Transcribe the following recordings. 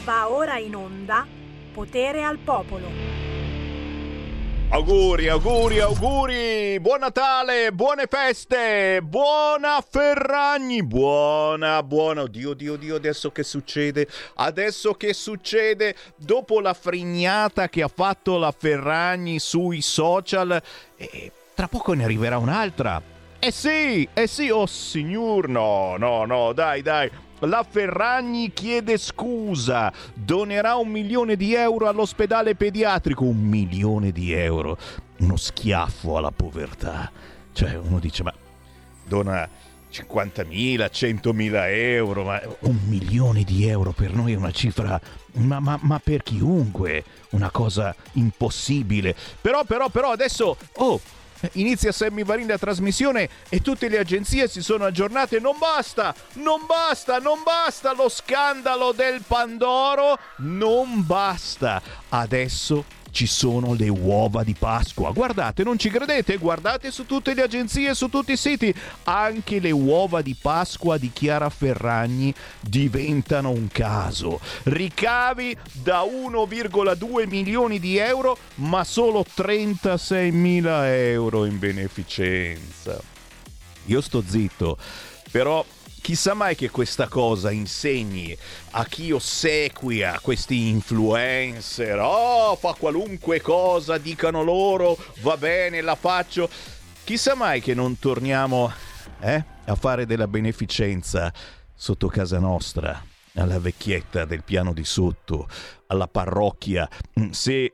Va ora in onda Potere al Popolo. Auguri, auguri, auguri! Buon Natale, buone feste, buona Ferragni, buona. Oddio, adesso che succede? Dopo la frignata che ha fatto la Ferragni sui social, tra poco ne arriverà un'altra. Eh sì, oh signor, no, dai. La Ferragni chiede scusa, donerà 1 milione di euro all'ospedale pediatrico. 1 milione di euro, uno schiaffo alla povertà. Cioè uno dice, ma dona 50.000, 100.000 euro, ma 1 milione di euro per noi è una cifra, ma per chiunque, una cosa impossibile. Però adesso, inizia Sammy Varin la trasmissione e tutte le agenzie si sono aggiornate. Non basta lo scandalo del Pandoro, non basta. Adesso ci sono le uova di Pasqua. Guardate, non ci credete? Guardate su tutte le agenzie, su tutti i siti. Anche le uova di Pasqua di Chiara Ferragni diventano un caso. Ricavi da 1,2 milioni di euro, ma solo 36.000 euro in beneficenza. Io sto zitto, però chissà mai che questa cosa insegni a chi ossequia questi influencer. Fa qualunque cosa dicano loro, va bene, la faccio. Chissà mai che non torniamo a fare della beneficenza sotto casa nostra, alla vecchietta del piano di sotto, alla parrocchia, se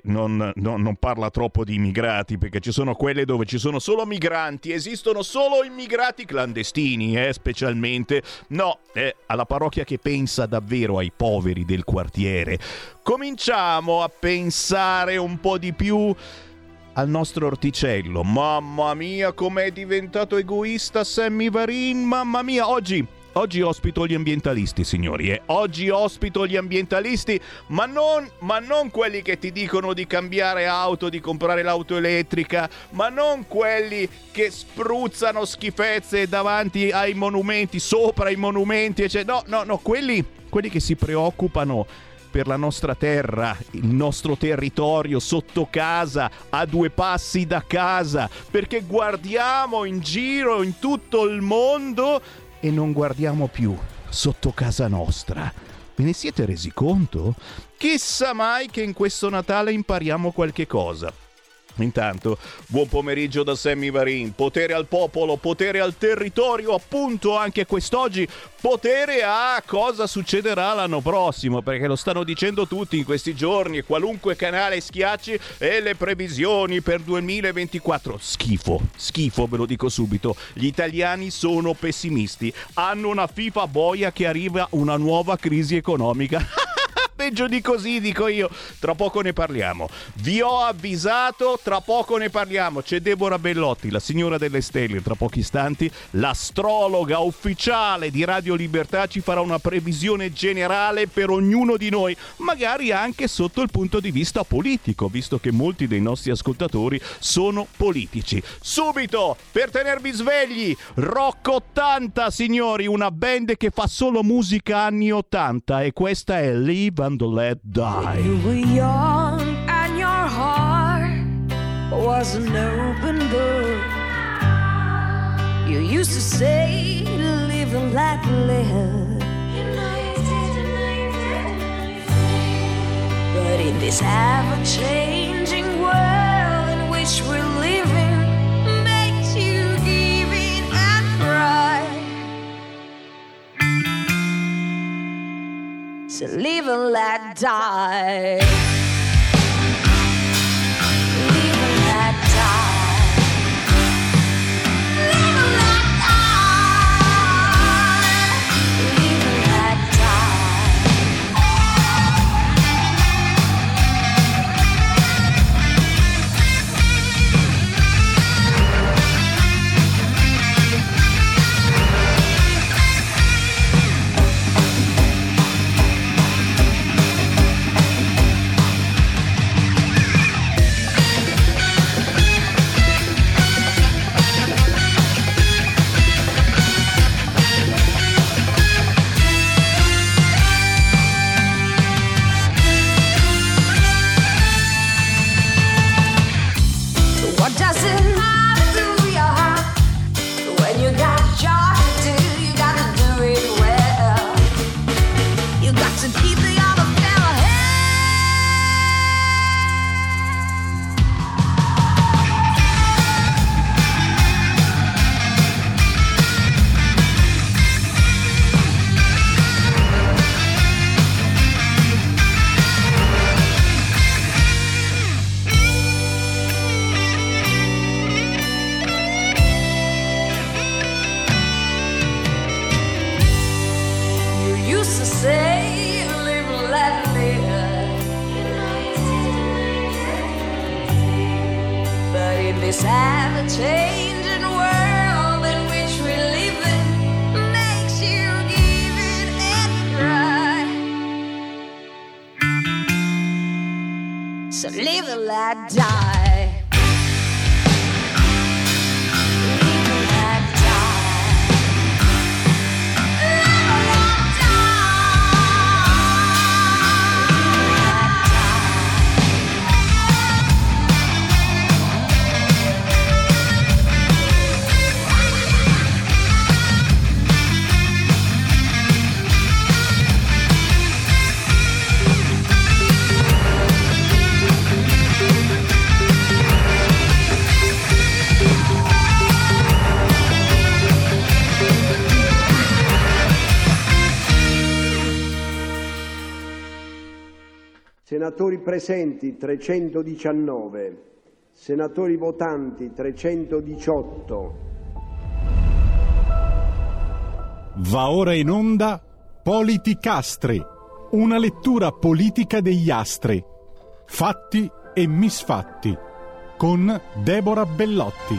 non parla troppo di immigrati, perché ci sono quelle dove ci sono solo migranti, esistono solo immigrati clandestini, specialmente. No, alla parrocchia che pensa davvero ai poveri del quartiere. Cominciamo a pensare un po' di più al nostro orticello. Mamma mia, com'è diventato egoista Sammy Varin, mamma mia. Oggi ospito gli ambientalisti, signori. Oggi ospito gli ambientalisti, ma non quelli che ti dicono di cambiare auto, di comprare l'auto elettrica, ma non quelli che spruzzano schifezze davanti ai monumenti, sopra i monumenti, eccetera. No, quelli che si preoccupano per la nostra terra, il nostro territorio, sotto casa, a 2 passi da casa, perché guardiamo in giro in tutto il mondo e non guardiamo più sotto casa nostra. Ve ne siete resi conto? Chissà mai che in questo Natale impariamo qualche cosa. Intanto, buon pomeriggio da Sammy Varin. Potere al popolo, potere al territorio, appunto anche quest'oggi. Potere a cosa succederà l'anno prossimo, perché lo stanno dicendo tutti in questi giorni, qualunque canale schiacci, e le previsioni per 2024. Schifo, ve lo dico subito. Gli italiani sono pessimisti. Hanno una FIFA boia che arriva una nuova crisi economica. Peggio di così, dico io. Tra poco ne parliamo. Vi ho avvisato, tra poco ne parliamo. C'è Deborah Bellotti, la signora delle stelle, tra pochi istanti. L'astrologa ufficiale di Radio Libertà ci farà una previsione generale per ognuno di noi, magari anche sotto il punto di vista politico, visto che molti dei nostri ascoltatori sono politici. Subito, per tenervi svegli, Rock 80, signori, una band che fa solo musica anni 80, e questa è Live and Let Die. You were young and your heart was an open book. You used to say, live and let live. But in this ever-changing world in which we're living, makes you give in and cry. So live and let die. Live and let die. Live and let die. Live and let So live and let die. Senatori presenti 319, senatori votanti 318. Va ora in onda Politicastri, una lettura politica degli astri, fatti e misfatti, con Deborah Bellotti.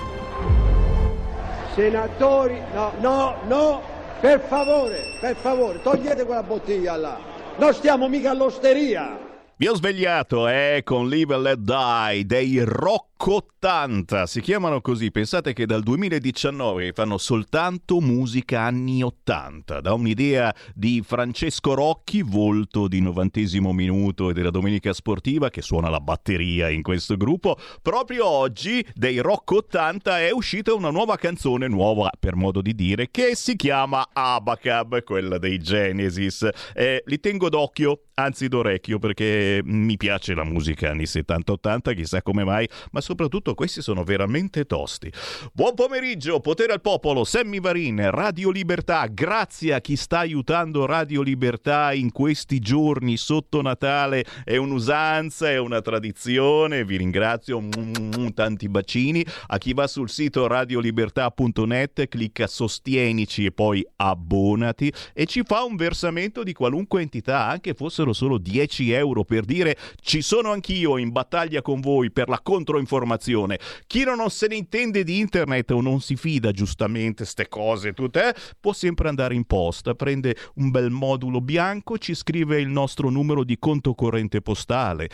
Senatori, no, per favore, togliete quella bottiglia là, non stiamo mica all'osteria. Vi ho svegliato, con Live and Let Die dei Rock 80, si chiamano così. Pensate che dal 2019 fanno soltanto musica anni 80, da un'idea di Francesco Rocchi, volto di 90° minuto e della Domenica Sportiva, che suona la batteria in questo gruppo. Proprio oggi dei Rock 80 è uscita una nuova canzone, nuova per modo di dire, che si chiama Abacab, quella dei Genesis. Li tengo d'occhio, anzi d'orecchio, perché mi piace la musica anni 70-80, chissà come mai, ma soprattutto questi sono veramente tosti. Buon pomeriggio, Potere al Popolo, Sammy Varin, Radio Libertà. Grazie a chi sta aiutando Radio Libertà in questi giorni sotto Natale, è un'usanza, è una tradizione, vi ringrazio, tanti bacini. A chi va sul sito radiolibertà.net, clicca sostienici e poi abbonati e ci fa un versamento di qualunque entità, anche fossero solo 10 euro, per dire ci sono anch'io in battaglia con voi per la controinformazione. Chi non se ne intende di internet o non si fida, giustamente, ste cose tutte, può sempre andare in posta, prende un bel modulo bianco, ci scrive il nostro numero di conto corrente postale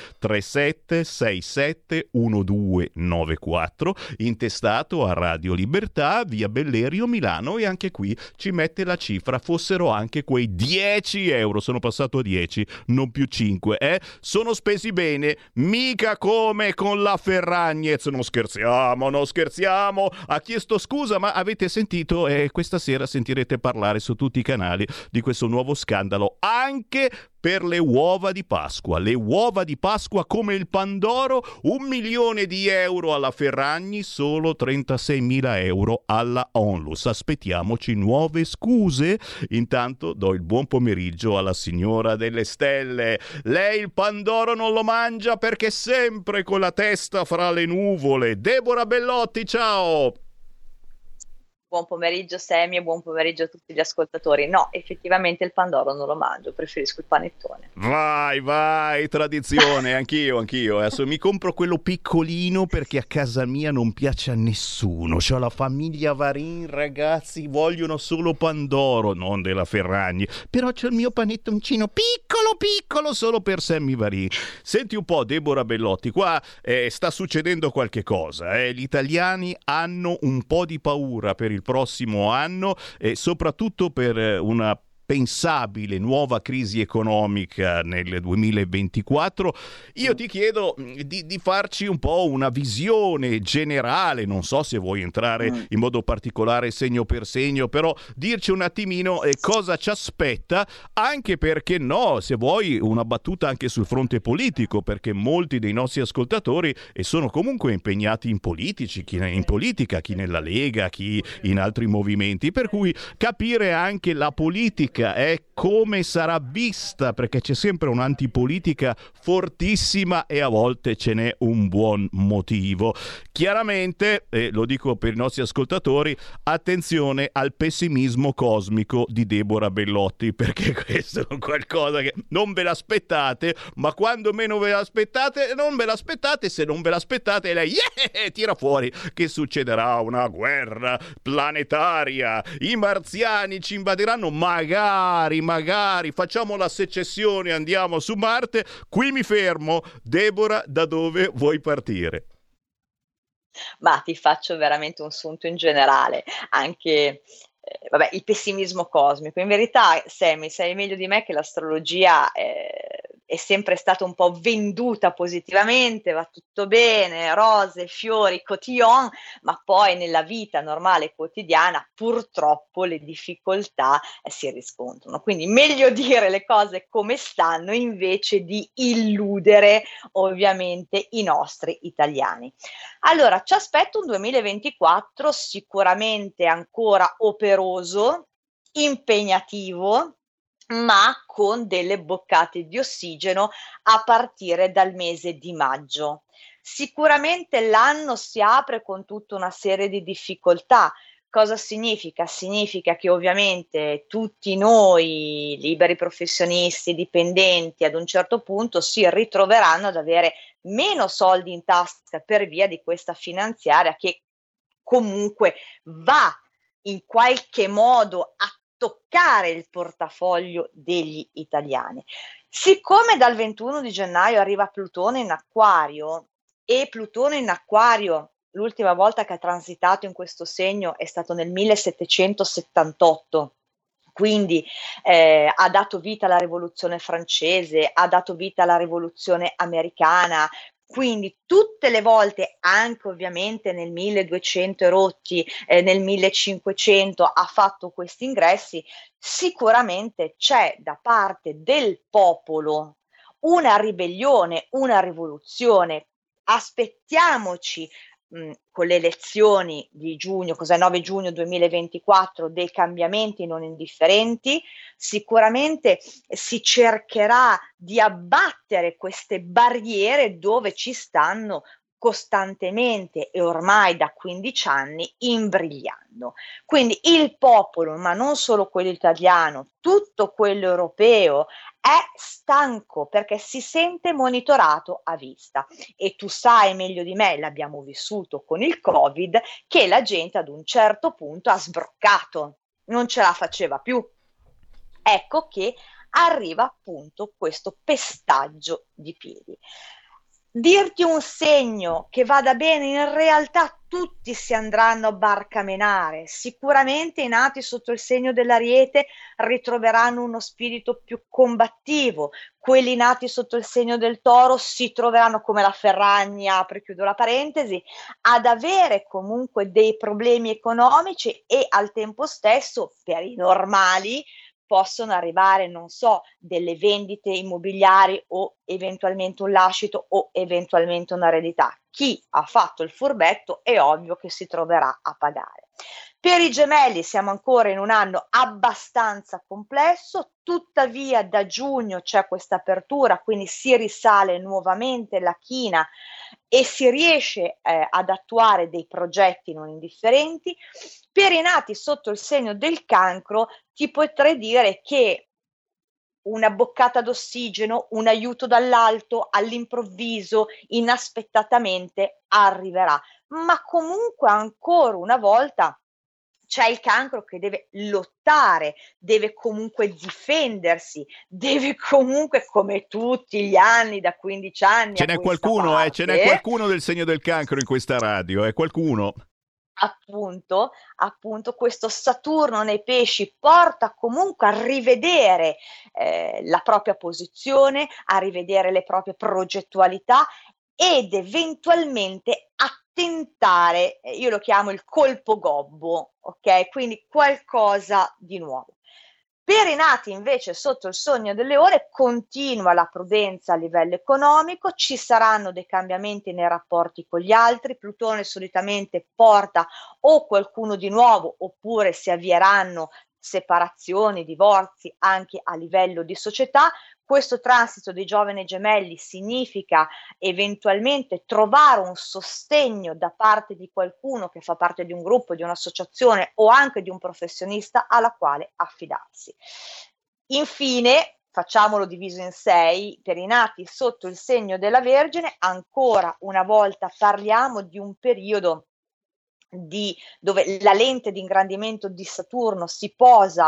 37671294, intestato a Radio Libertà, via Bellerio, Milano, e anche qui ci mette la cifra, fossero anche quei 10 euro, sono passato a 10, non più 5, sono spesi bene, mica come con la Ferragnez, non scherziamo, ha chiesto scusa, ma avete sentito, questa sera sentirete parlare su tutti i canali di questo nuovo scandalo, anche per le uova di Pasqua. Le uova di Pasqua come il Pandoro, 1 milione di euro alla Ferragni, solo 36.000 euro alla Onlus. Aspettiamoci nuove scuse. Intanto do il buon pomeriggio alla signora delle stelle. Lei il Pandoro non lo mangia perché è sempre con la testa fra le nuvole. Deborah Bellotti, ciao! Buon pomeriggio Sammy e buon pomeriggio a tutti gli ascoltatori. No, effettivamente il Pandoro non lo mangio, preferisco il panettone. Vai, tradizione, anch'io. Adesso mi compro quello piccolino perché a casa mia non piace a nessuno. C'ho la famiglia Varin, ragazzi, vogliono solo Pandoro, non della Ferragni. Però c'ho il mio panettoncino piccolo, solo per Sammy Varin. Senti un po', Deborah Bellotti, qua sta succedendo qualche cosa. Gli italiani hanno un po' di paura per il prossimo anno e soprattutto per una pensabile nuova crisi economica nel 2024. Io ti chiedo di farci un po' una visione generale, non so se vuoi entrare in modo particolare segno per segno, però dirci un attimino cosa ci aspetta, anche perché no, se vuoi una battuta anche sul fronte politico, perché molti dei nostri ascoltatori sono comunque impegnati in politici, chi in politica, chi nella Lega, chi in altri movimenti, per cui capire anche la politica come sarà vista, perché c'è sempre un'antipolitica fortissima e a volte ce n'è un buon motivo. Chiaramente, lo dico per i nostri ascoltatori, attenzione al pessimismo cosmico di Deborah Bellotti, perché questo è qualcosa che non ve l'aspettate, ma quando meno ve l'aspettate, non ve l'aspettate, se non ve l'aspettate lei tira fuori che succederà una guerra planetaria, i marziani ci invaderanno, magari magari facciamo la secessione, andiamo su Marte. Qui mi fermo. Deborah, da dove vuoi partire? Ma ti faccio veramente un sunto in generale, anche vabbè, il pessimismo cosmico. In verità, Sammy, sai meglio di me che l'astrologia è sempre stata un po' venduta positivamente, va tutto bene, rose, fiori, cotillon, ma poi nella vita normale quotidiana purtroppo le difficoltà si riscontrano. Quindi meglio dire le cose come stanno invece di illudere ovviamente i nostri italiani. Allora, ci aspetta un 2024 sicuramente ancora operoso, impegnativo, ma con delle boccate di ossigeno a partire dal mese di maggio. Sicuramente l'anno si apre con tutta una serie di difficoltà. Cosa significa? Significa che ovviamente tutti noi, liberi professionisti, dipendenti, ad un certo punto si ritroveranno ad avere meno soldi in tasca per via di questa finanziaria che comunque va in qualche modo a toccare il portafoglio degli italiani. Siccome dal 21 di gennaio arriva Plutone in Acquario e Plutone in Acquario l'ultima volta che ha transitato in questo segno è stato nel 1778, quindi ha dato vita alla Rivoluzione francese, ha dato vita alla Rivoluzione americana, quindi tutte le volte, anche ovviamente nel 1200 e rotti, nel 1500 ha fatto questi ingressi, sicuramente c'è da parte del popolo una ribellione, una rivoluzione. Aspettiamoci con le elezioni di giugno, 9 giugno 2024, dei cambiamenti non indifferenti. Sicuramente si cercherà di abbattere queste barriere dove ci stanno costantemente e ormai da 15 anni imbrigliando. Quindi il popolo, ma non solo quello italiano, tutto quello europeo è stanco perché si sente monitorato a vista e tu sai meglio di me, l'abbiamo vissuto con il Covid, che la gente ad un certo punto ha sbroccato, non ce la faceva più. Ecco che arriva appunto questo pestaggio di piedi. Dirti un segno che vada bene, in realtà tutti si andranno a barcamenare. Sicuramente i nati sotto il segno dell'Ariete ritroveranno uno spirito più combattivo. Quelli nati sotto il segno del Toro si troveranno, come la Ferragni, apro e chiudo la parentesi, ad avere comunque dei problemi economici e al tempo stesso, per i normali, possono arrivare, non so, delle vendite immobiliari o eventualmente un lascito o eventualmente un'eredità. Chi ha fatto il furbetto è ovvio che si troverà a pagare. Per i gemelli siamo ancora in un anno abbastanza complesso, tuttavia da giugno c'è questa apertura, quindi si risale nuovamente la china e si riesce ad attuare dei progetti non indifferenti. Per i nati sotto il segno del Cancro ti potrei dire che una boccata d'ossigeno, un aiuto dall'alto, all'improvviso, inaspettatamente arriverà, ma comunque ancora una volta c'è il Cancro che deve lottare, deve comunque difendersi, deve comunque, come tutti gli anni, da 15 anni ce n'è qualcuno, parte, ce n'è qualcuno del segno del Cancro in questa radio, qualcuno. Appunto questo Saturno nei pesci porta comunque a rivedere la propria posizione, a rivedere le proprie progettualità ed eventualmente a tentare, io lo chiamo il colpo gobbo, ok? Quindi qualcosa di nuovo. Per i nati invece sotto il segno del Leone continua la prudenza a livello economico, ci saranno dei cambiamenti nei rapporti con gli altri, Plutone solitamente porta o qualcuno di nuovo oppure si avvieranno separazioni, divorzi anche a livello di società. Questo transito dei giovani gemelli significa eventualmente trovare un sostegno da parte di qualcuno che fa parte di un gruppo, di un'associazione o anche di un professionista alla quale affidarsi. Infine, facciamolo diviso in 6, per i nati sotto il segno della Vergine, ancora una volta parliamo di un periodo dove la lente di ingrandimento di Saturno si posa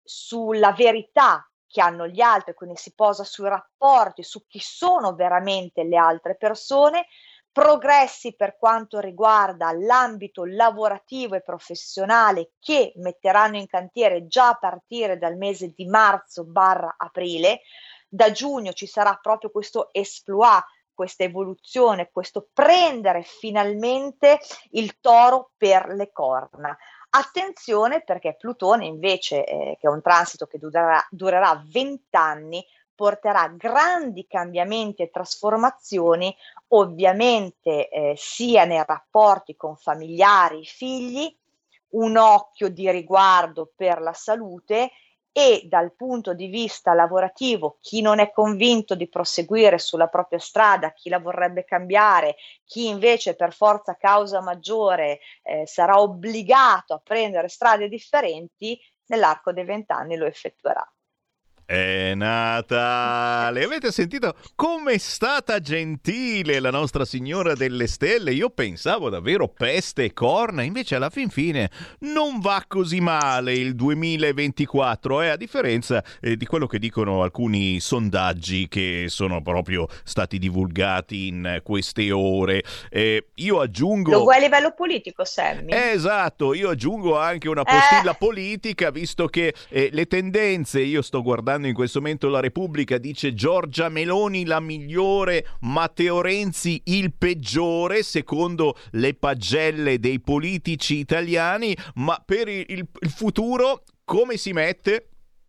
sulla verità che hanno gli altri, quindi si posa sui rapporti, su chi sono veramente le altre persone, progressi per quanto riguarda l'ambito lavorativo e professionale che metteranno in cantiere già a partire dal mese di marzo/aprile. Da giugno ci sarà proprio questo exploit, questa evoluzione, questo prendere finalmente il toro per le corna. Attenzione, perché Plutone invece, che è un transito che durerà 20 anni, porterà grandi cambiamenti e trasformazioni, ovviamente sia nei rapporti con familiari, figli, un occhio di riguardo per la salute, e dal punto di vista lavorativo chi non è convinto di proseguire sulla propria strada, chi la vorrebbe cambiare, chi invece per forza causa maggiore sarà obbligato a prendere strade differenti, nell'arco dei 20 anni lo effettuerà. È Natale! Avete sentito come è stata gentile la Nostra Signora delle Stelle? Io pensavo davvero peste e corna, invece alla fin fine non va così male il 2024, a differenza di quello che dicono alcuni sondaggi che sono proprio stati divulgati in queste ore. Io aggiungo... Lo vuoi a livello politico, Sammy? Esatto, io aggiungo anche una postilla politica, visto che le tendenze, io sto guardando in questo momento la Repubblica, dice Giorgia Meloni la migliore, Matteo Renzi il peggiore secondo le pagelle dei politici italiani, ma per il futuro come si mette?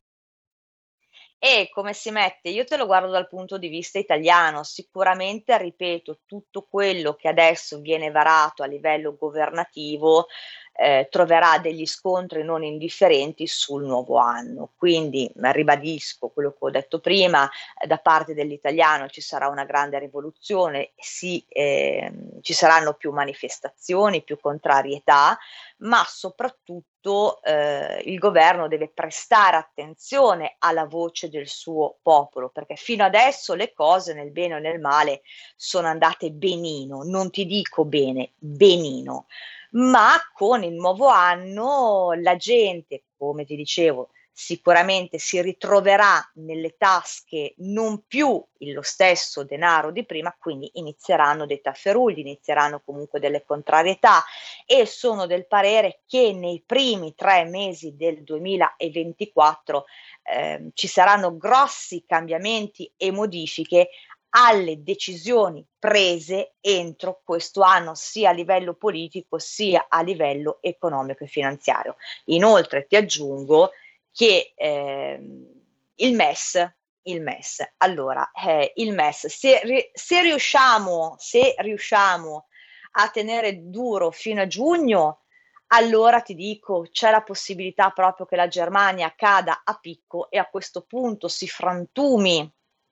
E come si mette? Io te lo guardo dal punto di vista italiano. Sicuramente, ripeto, tutto quello che adesso viene varato a livello governativo troverà degli scontri non indifferenti sul nuovo anno. Quindi ribadisco quello che ho detto prima, da parte dell'italiano ci sarà una grande rivoluzione, ci saranno più manifestazioni, più contrarietà, ma soprattutto il governo deve prestare attenzione alla voce del suo popolo, perché fino adesso le cose nel bene o nel male sono andate benino, non ti dico bene, benino, ma con il nuovo anno la gente, come ti dicevo, sicuramente si ritroverà nelle tasche non più lo stesso denaro di prima, quindi inizieranno dei tafferugli, inizieranno comunque delle contrarietà, e sono del parere che nei primi 3 mesi del 2024 ci saranno grossi cambiamenti e modifiche alle decisioni prese entro questo anno, sia a livello politico sia a livello economico e finanziario. Inoltre ti aggiungo che il MES, allora il MES, se riusciamo a tenere duro fino a giugno, allora ti dico c'è la possibilità proprio che la Germania cada a picco e a questo punto si frantumi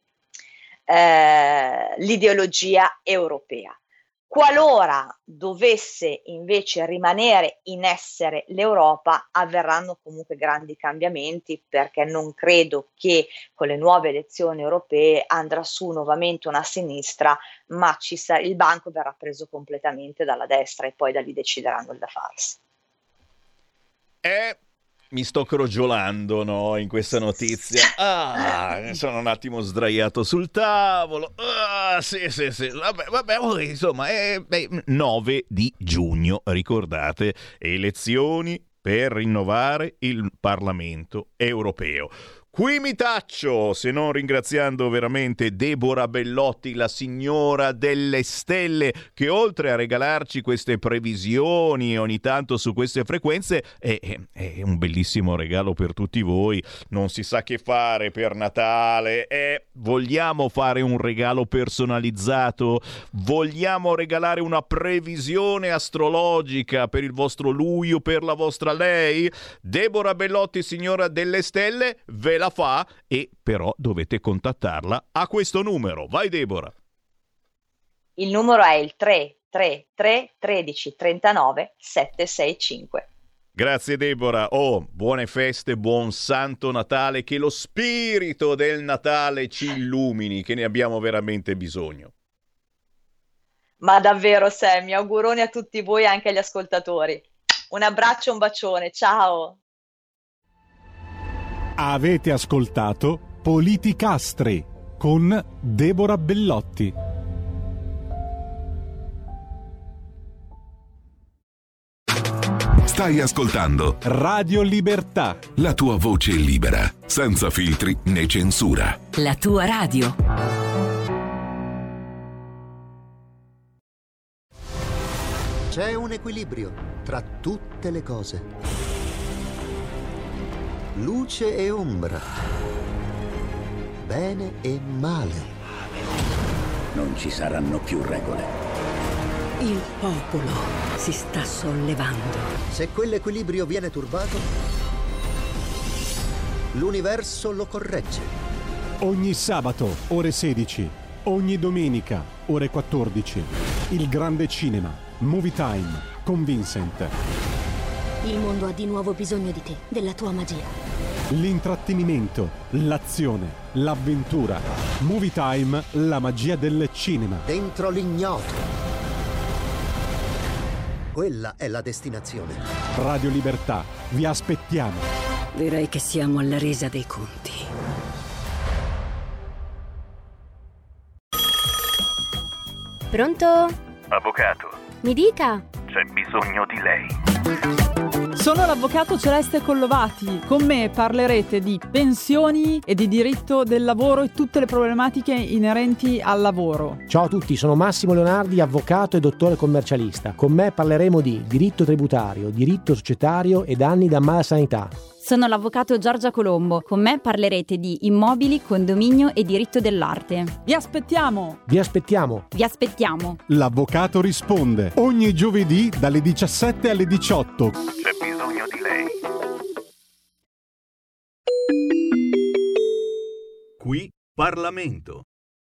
l'ideologia europea. Qualora dovesse invece rimanere in essere l'Europa, avverranno comunque grandi cambiamenti, perché non credo che con le nuove elezioni europee andrà su nuovamente una sinistra, ma il banco verrà preso completamente dalla destra e poi da lì decideranno il da farsi. Mi sto crogiolando, no, in questa notizia. Sono un attimo sdraiato sul tavolo. Sì. Vabbè, insomma, 9 di giugno, ricordate, elezioni per rinnovare il Parlamento europeo. Qui mi taccio, se non ringraziando veramente Deborah Bellotti, la signora delle stelle, che oltre a regalarci queste previsioni ogni tanto su queste frequenze, è un bellissimo regalo per tutti voi. Non si sa che fare per Natale. Vogliamo fare un regalo personalizzato? Vogliamo regalare una previsione astrologica per il vostro lui o per la vostra lei? Deborah Bellotti, signora delle stelle, ve la fa, e però dovete contattarla a questo numero. Vai Deborah. Il numero è il 333 13 39 765. Grazie Deborah. Buone feste, buon Santo Natale, che lo spirito del Natale ci illumini, che ne abbiamo veramente bisogno. Ma davvero Sammy, auguroni a tutti voi e anche agli ascoltatori. Un abbraccio, un bacione, ciao. Avete ascoltato Politicastri con Deborah Bellotti. Stai ascoltando Radio Libertà. la tua voce libera, senza filtri né censura. La tua radio. C'è un equilibrio tra tutte le cose. Luce e ombra. Bene e male. Non ci saranno più regole. Il popolo si sta sollevando. Se quell'equilibrio viene turbato, l'universo lo corregge. Ogni sabato, ore 16. Ogni domenica, ore 14. Il grande cinema. Movie Time con Vincent. Il mondo ha di nuovo bisogno di te, della tua magia. L'intrattenimento, l'azione, l'avventura. Movie Time, la magia del cinema. Dentro l'ignoto. Quella è la destinazione. Radio Libertà, vi aspettiamo. Direi che siamo alla resa dei conti. Pronto? Avvocato, Mi dica. c'è bisogno di lei. Sono l'avvocato Celeste Collovati. Con me parlerete di pensioni e di diritto del lavoro e tutte le problematiche inerenti al lavoro. Ciao a tutti, sono Massimo Leonardi, avvocato e dottore commercialista. Con me parleremo di diritto tributario, diritto societario e danni da malasanità. Sono l'avvocato Giorgia Colombo. Con me parlerete di immobili, condominio e diritto dell'arte. Vi aspettiamo! Vi aspettiamo! Vi aspettiamo! L'avvocato risponde ogni giovedì dalle 17 alle 18. C'è bisogno di lei. Qui Parlamento.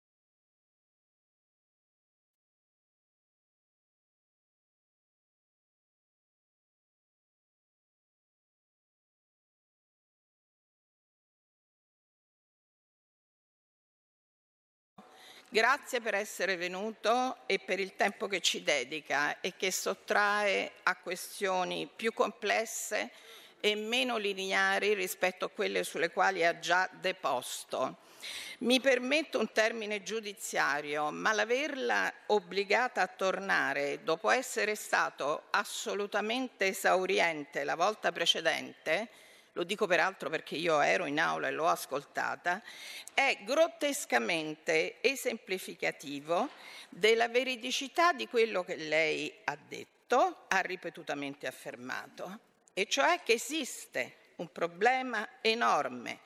Grazie per essere venuto e per il tempo che ci dedica e che sottrae a questioni più complesse e meno lineari rispetto a quelle sulle quali ha già deposto. Mi permetto un termine giudiziario, ma l'averla obbligata a tornare dopo essere stato assolutamente esauriente la volta precedente, lo dico peraltro perché io ero in aula e l'ho ascoltata, è grottescamente esemplificativo della veridicità di quello che lei ha detto, ha ripetutamente affermato, e cioè che esiste un problema enorme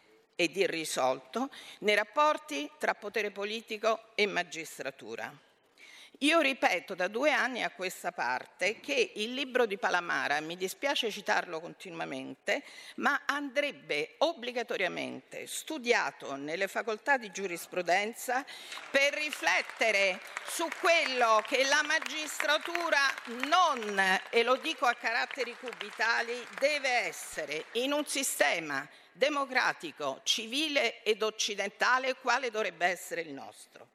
ed irrisolto nei rapporti tra potere politico e magistratura. Io ripeto da 2 anni a questa parte che il libro di Palamara, mi dispiace citarlo continuamente, ma andrebbe obbligatoriamente studiato nelle facoltà di giurisprudenza per riflettere su quello che la magistratura non, e lo dico a caratteri cubitali, deve essere in un sistema democratico, civile ed occidentale, quale dovrebbe essere il nostro.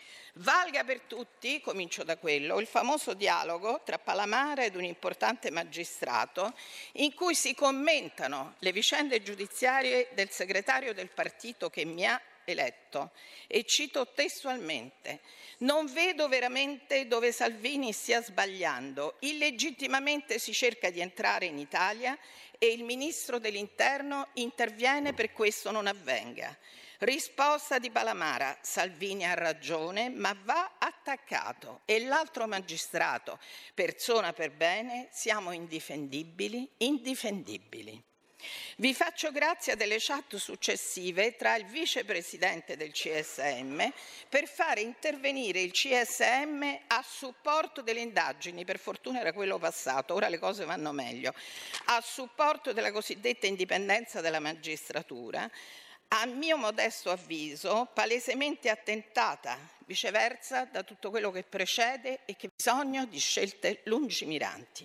Valga per tutti, comincio da quello, il famoso dialogo tra Palamara ed un importante magistrato in cui si commentano le vicende giudiziarie del segretario del partito che mi ha eletto, e cito testualmente: non vedo veramente dove Salvini stia sbagliando, illegittimamente si cerca di entrare in Italia e il ministro dell'Interno interviene per questo non avvenga. Risposta di Palamara: Salvini ha ragione, ma va attaccato. E l'altro magistrato: persona per bene, siamo indifendibili, indifendibili. Vi faccio grazia delle chat successive tra il vicepresidente del CSM per fare intervenire il CSM a supporto delle indagini, per fortuna era quello passato, ora le cose vanno meglio, a supporto della cosiddetta indipendenza della magistratura, a mio modesto avviso palesemente attentata, viceversa, da tutto quello che precede e che ha bisogno di scelte lungimiranti.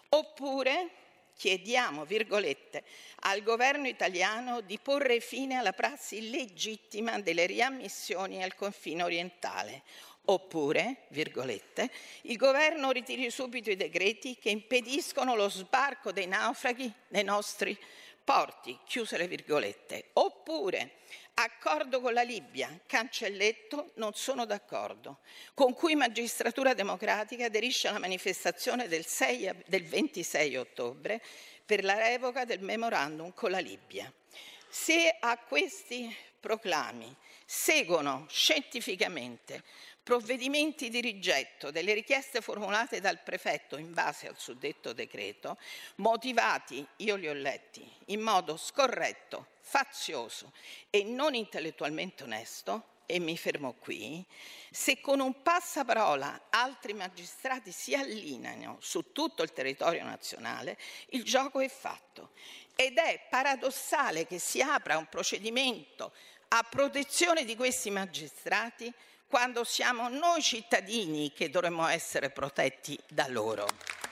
Oppure chiediamo, virgolette, al governo italiano di porre fine alla prassi legittima delle riammissioni al confine orientale. Oppure, virgolette, il governo ritiri subito i decreti che impediscono lo sbarco dei naufraghi nei nostri rapporti, chiuse le virgolette. Oppure accordo con la Libia, cancelletto, non sono d'accordo, con cui Magistratura Democratica aderisce alla manifestazione del 26 ottobre per la revoca del memorandum con la Libia. Se a questi proclami seguono scientificamente provvedimenti di rigetto delle richieste formulate dal prefetto in base al suddetto decreto, motivati, io li ho letti, in modo scorretto, fazioso e non intellettualmente onesto, e mi fermo qui, se con un passaparola altri magistrati si allineano su tutto il territorio nazionale, il gioco è fatto. Ed è paradossale che si apra un procedimento a protezione di questi magistrati quando siamo noi cittadini che dovremmo essere protetti da loro.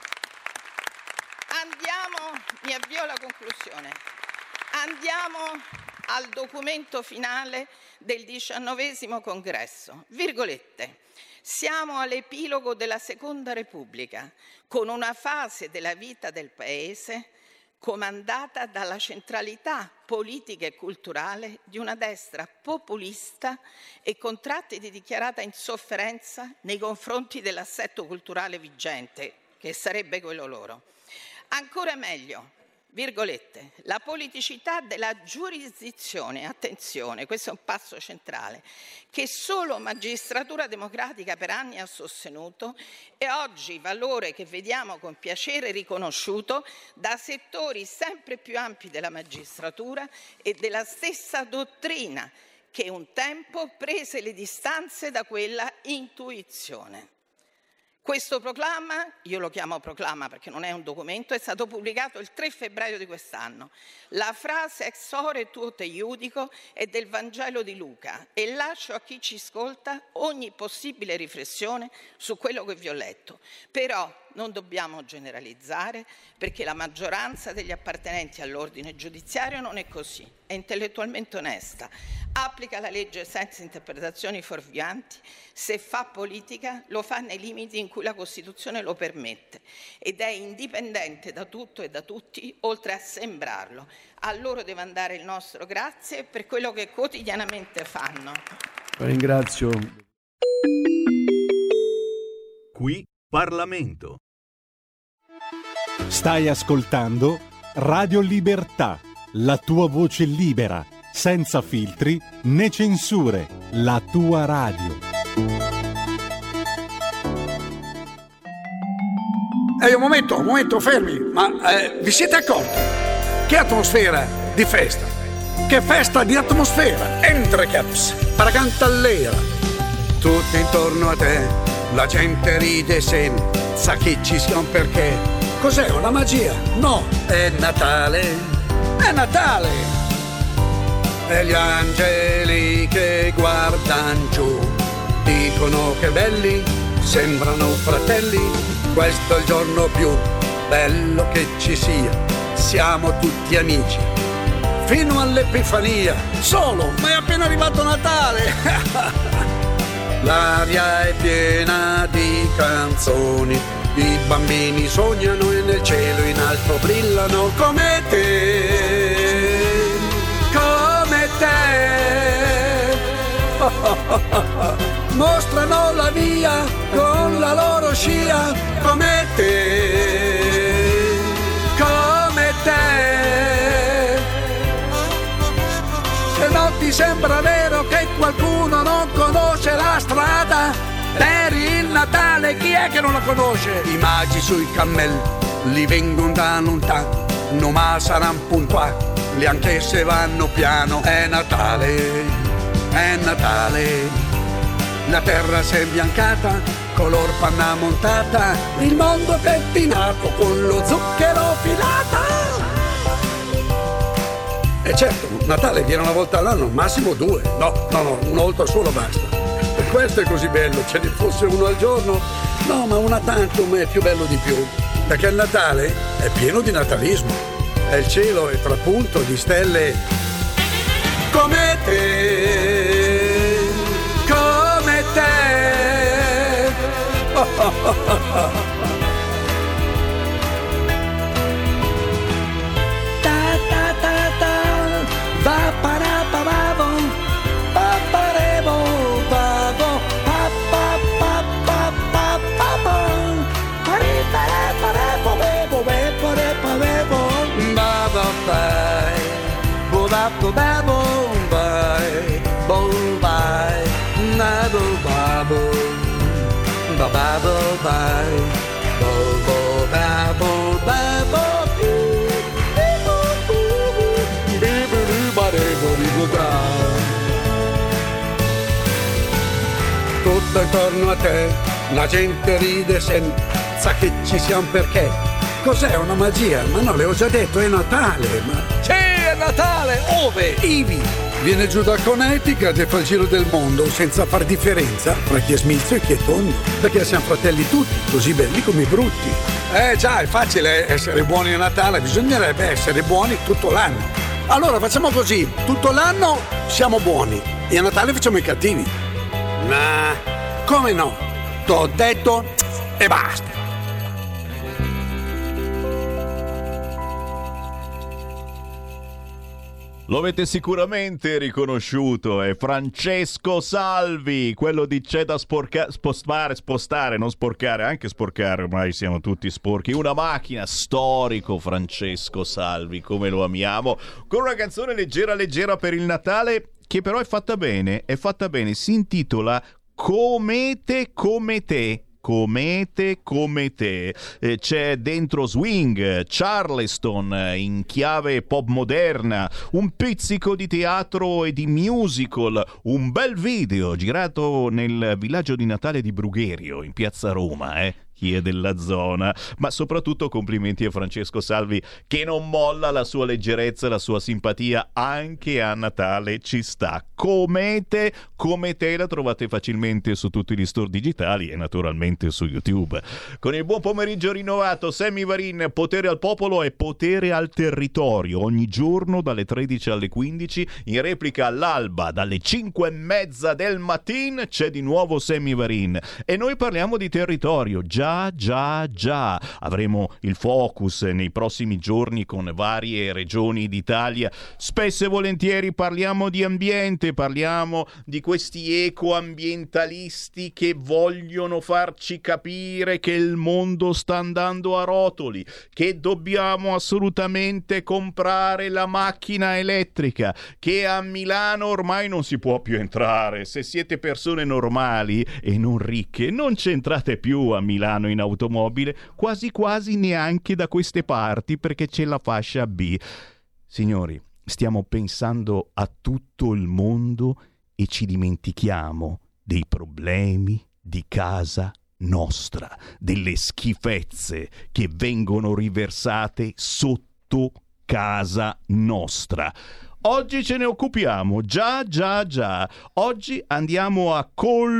Mi avvio alla conclusione. Andiamo al documento finale del 19° congresso. Virgolette. Siamo all'epilogo della Seconda Repubblica, con una fase della vita del Paese comandata dalla centralità politica e culturale di una destra populista e con tratti di dichiarata insofferenza nei confronti dell'assetto culturale vigente, che sarebbe quello loro. Ancora meglio, virgolette, la politicità della giurisdizione, attenzione, questo è un passo centrale, che solo Magistratura Democratica per anni ha sostenuto e oggi valore che vediamo con piacere riconosciuto da settori sempre più ampi della magistratura e della stessa dottrina che un tempo prese le distanze da quella intuizione. Questo proclama, io lo chiamo proclama perché non è un documento, è stato pubblicato il 3 febbraio di quest'anno. La frase ex ore tuo te iudico è del Vangelo di Luca e lascio a chi ci ascolta ogni possibile riflessione su quello che vi ho letto. Però non dobbiamo generalizzare perché la maggioranza degli appartenenti all'ordine giudiziario non è così, è intellettualmente onesta, applica la legge senza interpretazioni fuorvianti, se fa politica lo fa nei limiti in cui la Costituzione lo permette ed è indipendente da tutto e da tutti, oltre a sembrarlo. A loro deve andare il nostro grazie per quello che quotidianamente fanno. Ringrazio. Qui Parlamento. Stai ascoltando Radio Libertà, la tua voce libera, senza filtri né censure, la tua radio. Un momento, fermi, ma vi siete accorti? Che atmosfera di festa? Che festa di atmosfera! Entrecaps, paracantallera, tutti intorno a te, la gente ride senza che ci sia un perché. Cos'è, una magia? No, è Natale, è Natale! E gli angeli che guardano giù dicono che belli, sembrano fratelli. Questo è il giorno più bello che ci sia, siamo tutti amici fino all'Epifania. Solo, ma è appena arrivato Natale. L'aria è piena di canzoni, i bambini sognano e nel cielo in alto brillano come te, come te. Mostrano la via con la loro scia come te, come te. E non ti sembra vero che qualcuno non conosce la strada per il Natale? Chi è che non la conosce? I magi sui cammelli li vengono da lontano, ma saranno puntuali anche se vanno piano. È Natale, è Natale. La terra si è imbiancata, color panna montata, il mondo è pettinato con lo zucchero filata. E certo, Natale viene una volta all'anno, massimo 2. No, una volta solo basta. E questo è così bello, ce ne fosse uno al giorno. No, ma una tantum è più bello di più, perché il Natale è pieno di natalismo. E il cielo è trapunto di stelle come te, come te. Oh, oh, oh, oh. Ta ta ta babble babble bye, babble bye, babble babble, babble bye, babble babble babble, tutto intorno a te, la gente ride senza che ci sia un perché. Cos'è una magia? Ma no, le ho già detto, è Natale. Ma sì, è Natale! Ove? Ivi viene giù da Connecticut e fa il giro del mondo senza far differenza fra chi è smilzo e chi è tondo, perché siamo fratelli tutti, così belli come brutti. Già, è facile essere buoni a Natale, bisognerebbe essere buoni tutto l'anno. Allora facciamo così, tutto l'anno siamo buoni e a Natale facciamo i cattivi. Nah, come no? T'ho detto e basta. Lo avete sicuramente riconosciuto, è Francesco Salvi, quello di C'è da spostare, non sporcare, anche sporcare, ormai siamo tutti sporchi. Una macchina, storico Francesco Salvi, come lo amiamo, con una canzone leggera leggera per il Natale, che però è fatta bene, si intitola Comete come te. Comete come te. C'è dentro swing, Charleston in chiave pop moderna, un pizzico di teatro e di musical, un bel video girato nel villaggio di Natale di Brugherio in piazza Roma, chi è della zona, ma soprattutto complimenti a Francesco Salvi che non molla la sua leggerezza, la sua simpatia, anche a Natale ci sta. Comete come te la trovate facilmente su tutti gli store digitali e naturalmente su YouTube. Con il buon pomeriggio rinnovato, Sammy Varin, potere al popolo e potere al territorio, ogni giorno dalle 13 alle 15, in replica all'alba dalle 5:30 del mattino c'è di nuovo Sammy Varin e noi parliamo di territorio. Già. Avremo il focus nei prossimi giorni con varie regioni d'Italia. Spesso e volentieri parliamo di ambiente, parliamo di questi ecoambientalisti che vogliono farci capire che il mondo sta andando a rotoli, che dobbiamo assolutamente comprare la macchina elettrica, che a Milano ormai non si può più entrare. Se siete persone normali e non ricche, non c'entrate più a Milano in automobile, quasi quasi neanche da queste parti, perché c'è la fascia B. Signori, stiamo pensando a tutto il mondo e ci dimentichiamo dei problemi di casa nostra, delle schifezze che vengono riversate sotto casa nostra. Oggi ce ne occupiamo, già. Oggi andiamo a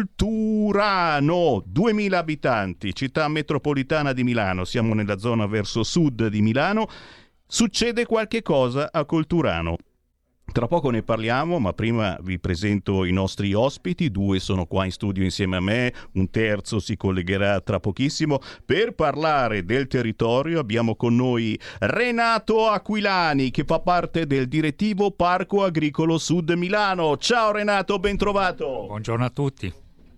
Colturano, 2000 abitanti, città metropolitana di Milano. Siamo nella zona verso sud di Milano. Succede qualche cosa a Colturano. Tra poco ne parliamo, ma prima vi presento i nostri ospiti. 2 sono qua in studio insieme a me, un terzo si collegherà tra pochissimo. Per parlare del territorio abbiamo con noi Renato Aquilani, che fa parte del direttivo Parco Agricolo Sud Milano. Ciao Renato, ben trovato. Buongiorno a tutti.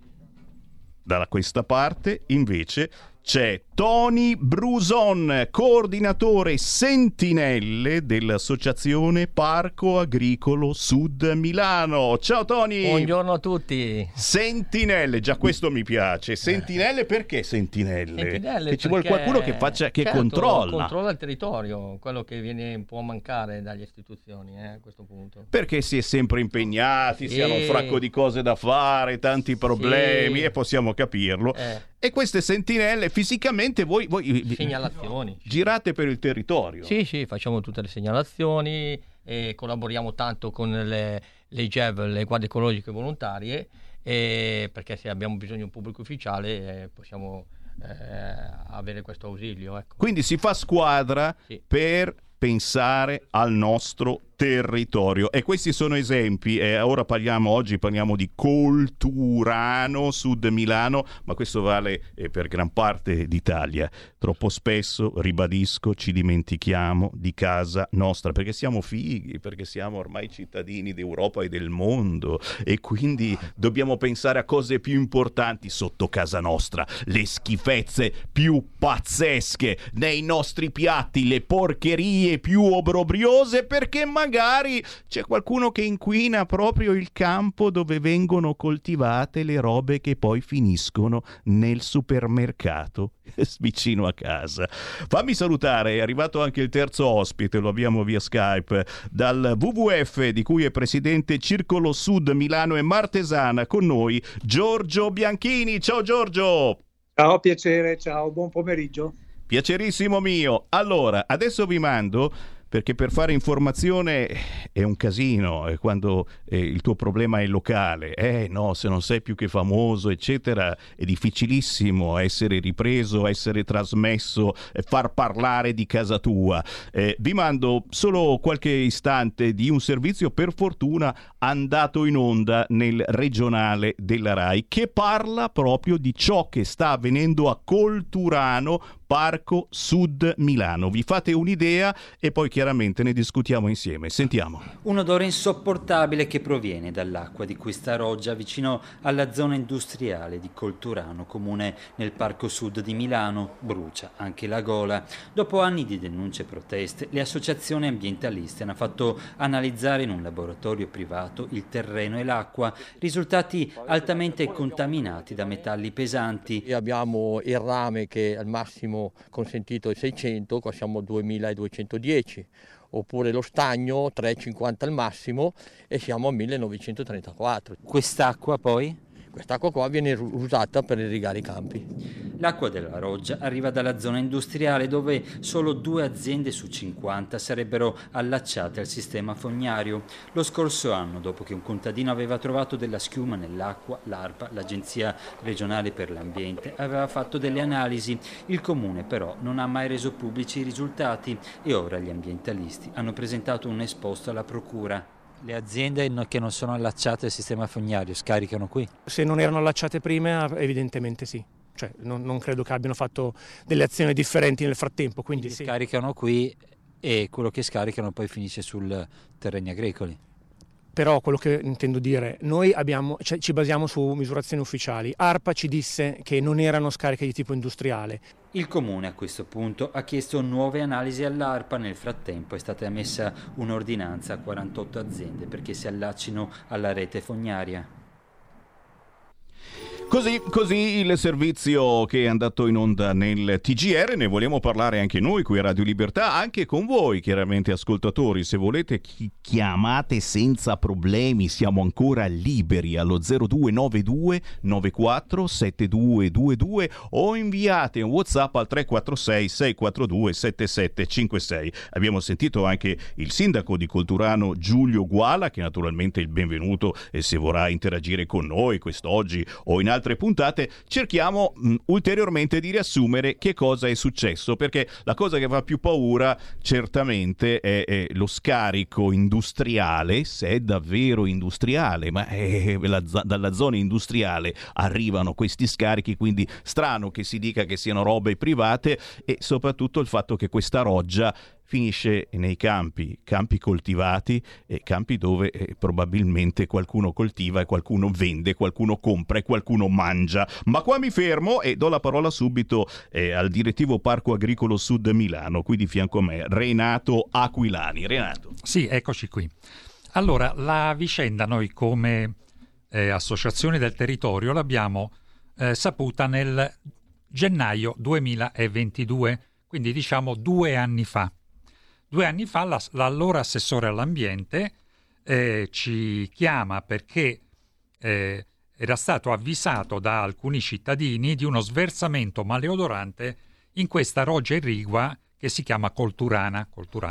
Da questa parte invece c'è Tony Bruson, coordinatore sentinelle dell'Associazione Parco Agricolo Sud Milano. Ciao Tony! Buongiorno a tutti! Sentinelle, già questo mi piace. Sentinelle, perché sentinelle? Che ci vuole qualcuno che faccia, che controlla il territorio, quello che viene un po' a mancare dalle istituzioni a questo punto. Perché si è sempre impegnati, si hanno un fracco di cose da fare, tanti problemi, e possiamo capirlo. E queste sentinelle fisicamente voi segnalazioni girate per il territorio? Sì, facciamo tutte le segnalazioni e collaboriamo tanto con le GEV, le guardie ecologiche volontarie, perché se abbiamo bisogno di un pubblico ufficiale possiamo avere questo ausilio. Ecco. Quindi si fa squadra per pensare al nostro territorio, e questi sono esempi. Oggi parliamo di Colturano, Sud Milano, ma questo vale per gran parte d'Italia. Troppo spesso, ribadisco, ci dimentichiamo di casa nostra, perché siamo fighi, perché siamo ormai cittadini d'Europa e del mondo, e quindi dobbiamo pensare a cose più importanti sotto casa nostra, le schifezze più pazzesche nei nostri piatti, le porcherie più obbrobriose, perché magari magari c'è qualcuno che inquina proprio il campo dove vengono coltivate le robe che poi finiscono nel supermercato vicino a casa. Fammi salutare, è arrivato anche il terzo ospite, lo abbiamo via Skype, dal WWF, di cui è presidente Circolo Sud Milano e Martesana, con noi Giorgio Bianchini. Ciao Giorgio! Ciao, piacere, ciao, buon pomeriggio. Piacerissimo mio. Allora, adesso vi mando, perché per fare informazione è un casino, e quando il tuo problema è locale, no, se non sei più che famoso, eccetera, è difficilissimo essere ripreso, essere trasmesso, far parlare di casa tua. Vi mando solo qualche istante di un servizio, per fortuna andato in onda nel regionale della Rai, che parla proprio di ciò che sta avvenendo a Colturano, Parco Sud Milano. Vi fate un'idea e poi chiaramente ne discutiamo insieme. Sentiamo. Un odore insopportabile che proviene dall'acqua di questa roggia vicino alla zona industriale di Colturano, comune nel Parco Sud di Milano. Brucia anche la gola. Dopo anni di denunce e proteste, le associazioni ambientaliste hanno fatto analizzare in un laboratorio privato il terreno e l'acqua, risultati altamente contaminati da metalli pesanti. E abbiamo il rame che al massimo consentito è 600, qua siamo 2210, oppure lo stagno 350 al massimo e siamo a 1934. Quest'acqua poi? Quest'acqua qua viene usata per irrigare i campi. L'acqua della roggia arriva dalla zona industriale, dove solo 2 aziende su 50 sarebbero allacciate al sistema fognario. Lo scorso anno, dopo che un contadino aveva trovato della schiuma nell'acqua, l'ARPA, l'Agenzia regionale per l'ambiente, aveva fatto delle analisi. Il comune però non ha mai reso pubblici i risultati e ora gli ambientalisti hanno presentato un esposto alla procura. Le aziende che non sono allacciate al sistema fognario scaricano qui? Se non erano allacciate prima, evidentemente sì. Cioè, non credo che abbiano fatto delle azioni differenti nel frattempo. Quindi sì. Scaricano qui e quello che scaricano poi finisce sul terreni agricoli. Però quello che intendo dire, noi ci basiamo su misurazioni ufficiali. ARPA ci disse che non erano scariche di tipo industriale. Il comune a questo punto ha chiesto nuove analisi all'ARPA. Nel frattempo è stata emessa un'ordinanza a 48 aziende perché si allaccino alla rete fognaria. Così il servizio che è andato in onda nel TGR, ne vogliamo parlare anche noi qui a Radio Libertà, anche con voi chiaramente ascoltatori. Se volete chiamate senza problemi, siamo ancora liberi allo 0292 94 7222 o inviate un WhatsApp al 346 642 7756. Abbiamo sentito anche il sindaco di Colturano Giulio Guala, che naturalmente è il benvenuto e se vorrà interagire con noi quest'oggi o in altre puntate. Cerchiamo ulteriormente di riassumere che cosa è successo, perché la cosa che fa più paura certamente è lo scarico industriale, se è davvero industriale, ma dalla zona industriale arrivano questi scarichi, quindi strano che si dica che siano robe private, e soprattutto il fatto che questa roggia finisce nei campi coltivati, e campi dove probabilmente qualcuno coltiva e qualcuno vende, qualcuno compra e qualcuno mangia. Ma qua mi fermo e do la parola subito al direttivo Parco Agricolo Sud Milano, qui di fianco a me, Renato Aquilani. Renato. Sì, eccoci qui. Allora, la vicenda noi come associazioni del territorio l'abbiamo saputa nel gennaio 2022, quindi diciamo 2 anni fa. 2 anni fa l'allora assessore all'ambiente ci chiama perché era stato avvisato da alcuni cittadini di uno sversamento maleodorante in questa roggia irrigua che si chiama Colturana.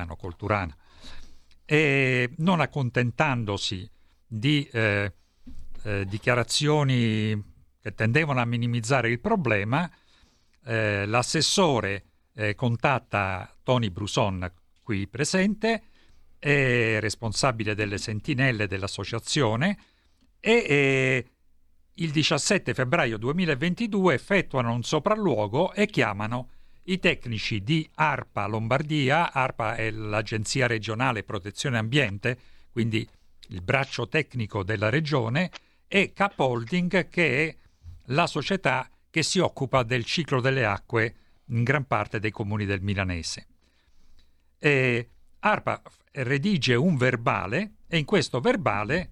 E non accontentandosi di dichiarazioni che tendevano a minimizzare il problema, l'assessore contatta Tony Bruson, qui presente, è responsabile delle sentinelle dell'associazione, e il 17 febbraio 2022 effettuano un sopralluogo e chiamano i tecnici di ARPA Lombardia. ARPA è l'Agenzia regionale protezione ambiente, quindi il braccio tecnico della regione, e Cap Holding, che è la società che si occupa del ciclo delle acque in gran parte dei comuni del Milanese. ARPA redige un verbale e in questo verbale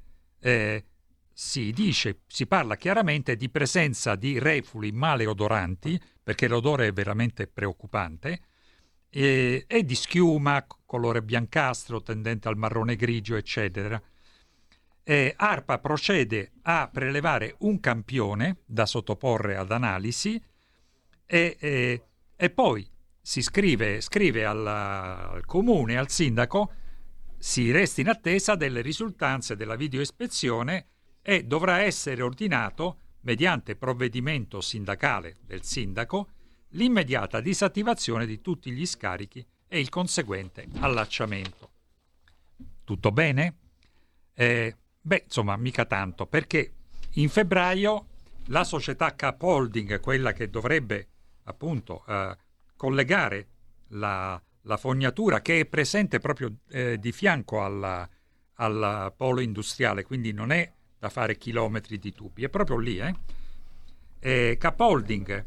si parla chiaramente di presenza di reflui maleodoranti, perché l'odore è veramente preoccupante, e di schiuma, colore biancastro, tendente al marrone grigio, eccetera. ARPA procede a prelevare un campione da sottoporre ad analisi e poi si scrive al comune, al sindaco, si resta in attesa delle risultanze della videoispezione e dovrà essere ordinato, mediante provvedimento sindacale del sindaco, l'immediata disattivazione di tutti gli scarichi e il conseguente allacciamento. Tutto bene? Insomma, mica tanto, perché in febbraio la società Cap Holding, quella che dovrebbe appunto collegare la fognatura, che è presente proprio di fianco al polo industriale, quindi non è da fare chilometri di tubi, è proprio lì. Cap Holding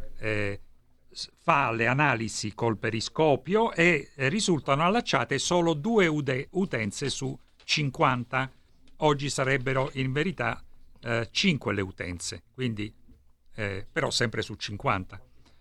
fa le analisi col periscopio e risultano allacciate solo 2 utenze su 50. Oggi sarebbero in verità 5 le utenze, quindi però sempre su 50.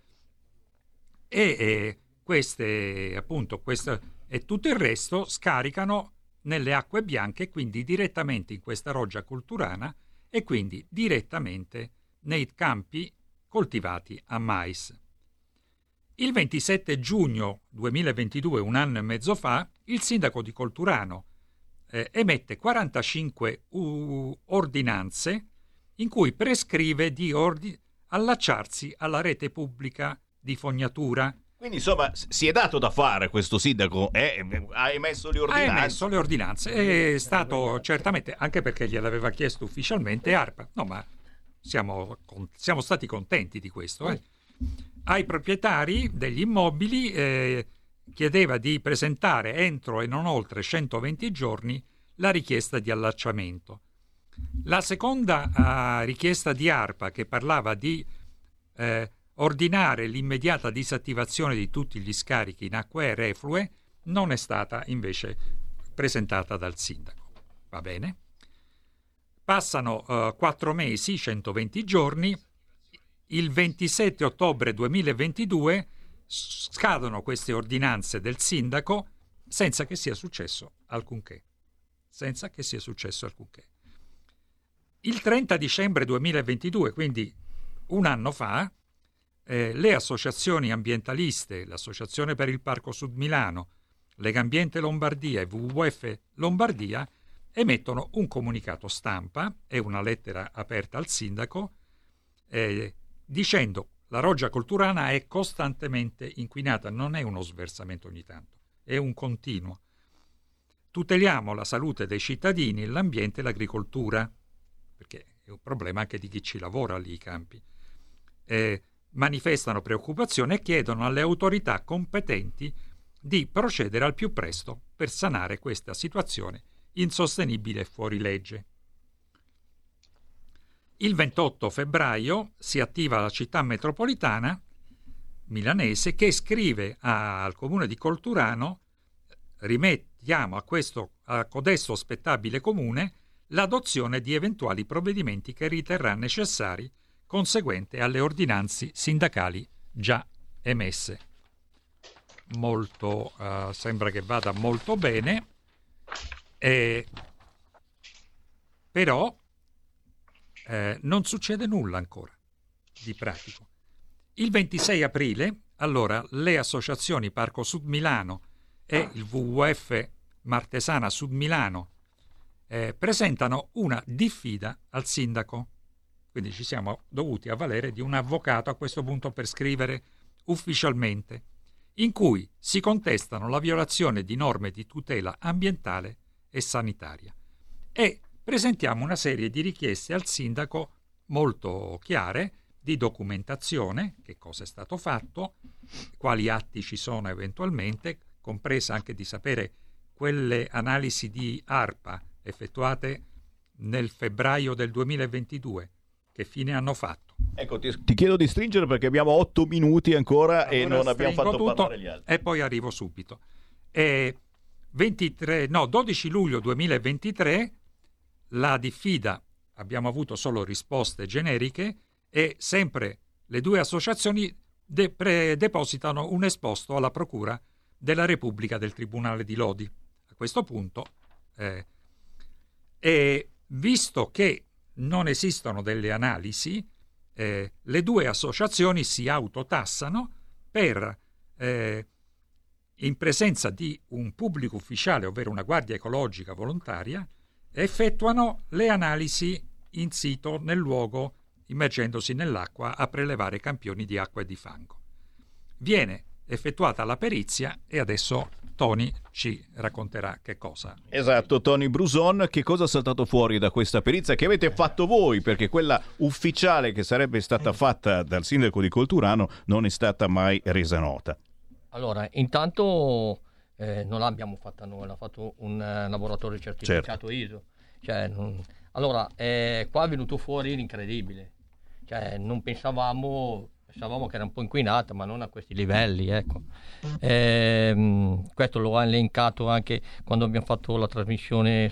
Queste, appunto, e tutto il resto scaricano nelle acque bianche, quindi direttamente in questa roggia culturana e quindi direttamente nei campi coltivati a mais. Il 27 giugno 2022, un anno e mezzo fa, il sindaco di Colturano emette 45 ordinanze in cui prescrive di allacciarsi alla rete pubblica di fognatura. Quindi insomma si è dato da fare questo sindaco, ha emesso le ordinanze. Ha emesso le ordinanze, è stato certamente, anche perché gliel'aveva chiesto ufficialmente ARPA. No, ma siamo stati contenti di questo. Ai proprietari degli immobili chiedeva di presentare entro e non oltre 120 giorni la richiesta di allacciamento. La seconda richiesta di ARPA, che parlava di ordinare l'immediata disattivazione di tutti gli scarichi in acque reflue, non è stata invece presentata dal sindaco. Va bene? Passano 4 mesi, 120 giorni, il 27 ottobre 2022 scadono queste ordinanze del sindaco senza che sia successo alcunché. Il 30 dicembre 2022, quindi un anno fa, le associazioni ambientaliste, l'Associazione per il Parco Sud Milano, Legambiente Lombardia e WWF Lombardia emettono un comunicato stampa e una lettera aperta al sindaco dicendo: la roggia colturana è costantemente inquinata, non è uno sversamento ogni tanto, è un continuo. Tuteliamo la salute dei cittadini, l'ambiente e l'agricoltura, perché è un problema anche di chi ci lavora lì i campi. Manifestano preoccupazione e chiedono alle autorità competenti di procedere al più presto per sanare questa situazione insostenibile e fuori legge. Il 28 febbraio si attiva la città metropolitana milanese che scrive al comune di Colturano: rimettiamo a codesto spettabile comune l'adozione di eventuali provvedimenti che riterrà necessari conseguente alle ordinanze sindacali già emesse. Sembra che vada molto bene, però non succede nulla ancora di pratico. Il 26 aprile, allora, le associazioni Parco Sud Milano e il WWF Martesana Sud Milano presentano una diffida al sindaco. Quindi ci siamo dovuti avvalere di un avvocato a questo punto per scrivere ufficialmente, in cui si contestano la violazione di norme di tutela ambientale e sanitaria. E presentiamo una serie di richieste al sindaco molto chiare di documentazione, che cosa è stato fatto, quali atti ci sono eventualmente, compresa anche di sapere quelle analisi di ARPA effettuate nel febbraio del 2022, che fine hanno fatto. Ecco, ti chiedo di stringere perché abbiamo 8 minuti ancora e non abbiamo fatto parlare gli altri. E poi arrivo subito. E 12 luglio 2023 la diffida, abbiamo avuto solo risposte generiche e sempre le due associazioni depositano un esposto alla Procura della Repubblica del Tribunale di Lodi. A questo punto, e visto che non esistono delle analisi, le due associazioni si autotassano per, in presenza di un pubblico ufficiale, ovvero una guardia ecologica volontaria, effettuano le analisi in sito nel luogo, immergendosi nell'acqua a prelevare campioni di acqua e di fango. Viene effettuata la perizia e adesso Tony ci racconterà che cosa. Esatto, Tony Bruson, che cosa è saltato fuori da questa perizia che avete fatto voi? Perché quella ufficiale che sarebbe stata fatta dal sindaco di Colturano non è stata mai resa nota. Allora, intanto non l'abbiamo fatta noi, l'ha fatto un laboratorio certificato, certo, ISO. Allora, qua è venuto fuori l'incredibile. Non pensavamo che era un po' inquinata, ma non a questi livelli, ecco. Questo lo ha elencato anche quando abbiamo fatto la trasmissione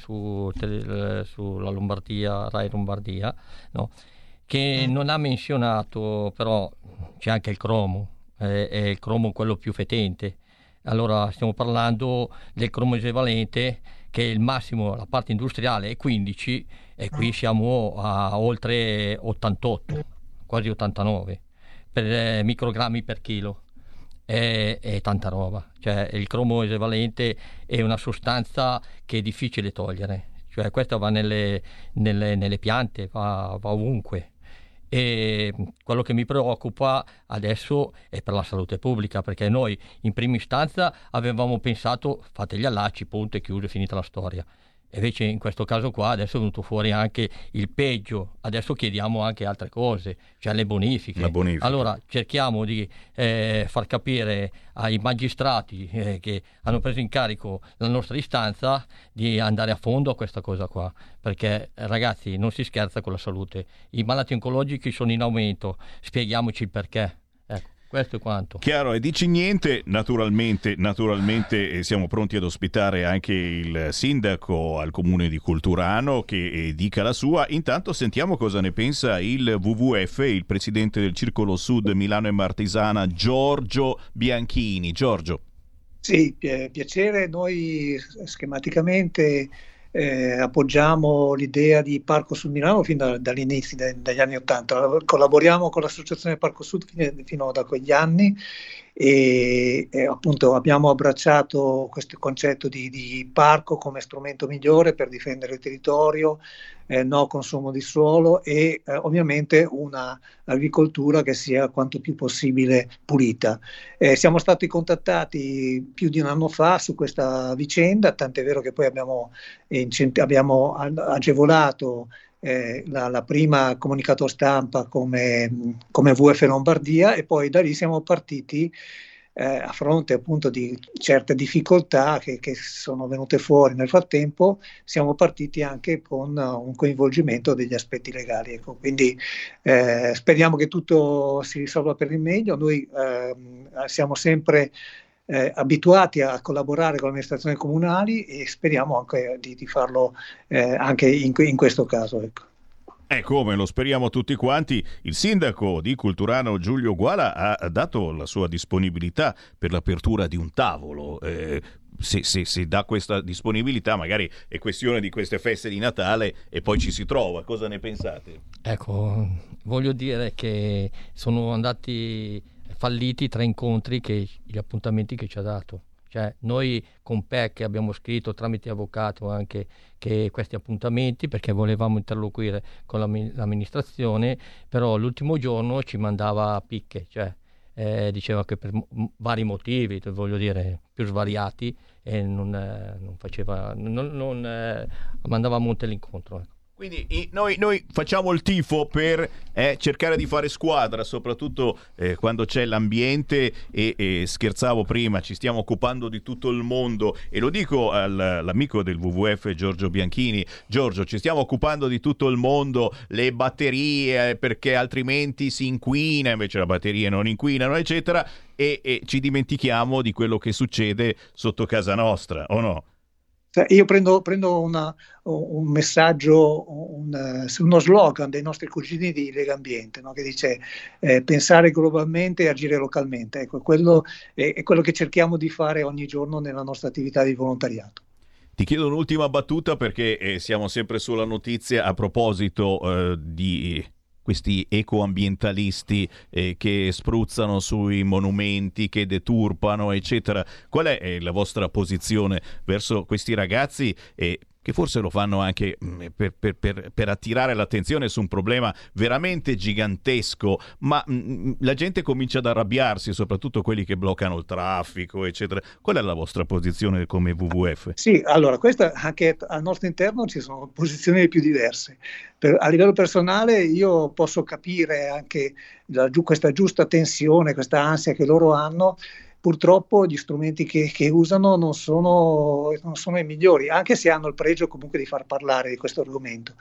sulla Lombardia, Rai Lombardia, no? Che non ha menzionato, però c'è anche il cromo, è il cromo quello più fetente. Allora stiamo parlando del cromo esavalente, che il massimo, la parte industriale è 15 e qui siamo a oltre 88, quasi 89 per microgrammi per chilo. È tanta roba. Il cromo esavalente è una sostanza che è difficile togliere, questa va nelle piante, va ovunque. E quello che mi preoccupa adesso è per la salute pubblica, perché noi in prima istanza avevamo pensato fate gli allacci, punto e chiuso, è finita la storia. E invece in questo caso qua adesso è venuto fuori anche il peggio, adesso chiediamo anche altre cose, le bonifiche. Allora cerchiamo di far capire ai magistrati che hanno preso in carico la nostra istanza di andare a fondo a questa cosa qua, perché ragazzi non si scherza con la salute, i malati oncologici sono in aumento, spieghiamoci il perché. Questo è quanto. Chiaro, e dici niente, naturalmente siamo pronti ad ospitare anche il sindaco al comune di Colturano che dica la sua. Intanto sentiamo cosa ne pensa il WWF, il presidente del Circolo Sud Milano e Martesana, Giorgio Bianchini. Giorgio. Sì, piacere. Noi schematicamente appoggiamo l'idea di Parco Sud Milano fin dagli inizi dagli anni '80. Collaboriamo con l'associazione Parco Sud fino da quegli anni e appunto abbiamo abbracciato questo concetto di parco come strumento migliore per difendere il territorio, no consumo di suolo e ovviamente una agricoltura che sia quanto più possibile pulita. Siamo stati contattati più di un anno fa su questa vicenda, tant'è vero che poi abbiamo agevolato la prima comunicato stampa come WWF Lombardia e poi da lì siamo partiti a fronte appunto di certe difficoltà che sono venute fuori nel frattempo, siamo partiti anche con un coinvolgimento degli aspetti legali. Ecco. Quindi speriamo che tutto si risolva per il meglio. Noi siamo sempre abituati a collaborare con le amministrazioni comunali e speriamo anche di farlo anche in questo caso. Ecco. Come lo speriamo tutti quanti. Il sindaco di Colturano Giulio Guala ha dato la sua disponibilità per l'apertura di un tavolo. Se dà questa disponibilità magari è questione di queste feste di Natale e poi ci si trova. Cosa ne pensate? Ecco, voglio dire che sono andati falliti 3 incontri gli appuntamenti che ci ha dato. Noi con PEC abbiamo scritto tramite avvocato anche che questi appuntamenti perché volevamo interloquire con l'amministrazione, però l'ultimo giorno ci mandava a picche, diceva che per vari motivi, voglio dire, più svariati, e non mandava a monte l'incontro. Quindi noi facciamo il tifo per cercare di fare squadra, soprattutto quando c'è l'ambiente e scherzavo prima, ci stiamo occupando di tutto il mondo e lo dico all'amico del WWF Giorgio Bianchini. Giorgio, ci stiamo occupando di tutto il mondo, le batterie perché altrimenti si inquina, invece le batterie non inquinano eccetera e ci dimentichiamo di quello che succede sotto casa nostra, o no? Io prendo un messaggio, uno slogan dei nostri cugini di Legambiente, no? Che dice pensare globalmente e agire localmente. Ecco, quello è quello che cerchiamo di fare ogni giorno nella nostra attività di volontariato. Ti chiedo un'ultima battuta perché siamo sempre sulla notizia a proposito di questi ecoambientalisti che spruzzano sui monumenti, che deturpano, eccetera. Qual è la vostra posizione verso questi ragazzi che forse lo fanno anche per attirare l'attenzione su un problema veramente gigantesco, ma la gente comincia ad arrabbiarsi, soprattutto quelli che bloccano il traffico, eccetera. Qual è la vostra posizione come WWF? Sì, allora, questa anche al nostro interno ci sono posizioni più diverse. A livello personale io posso capire anche questa giusta tensione, questa ansia che loro hanno. Purtroppo gli strumenti che usano non sono i migliori, anche se hanno il pregio comunque di far parlare di questo argomento.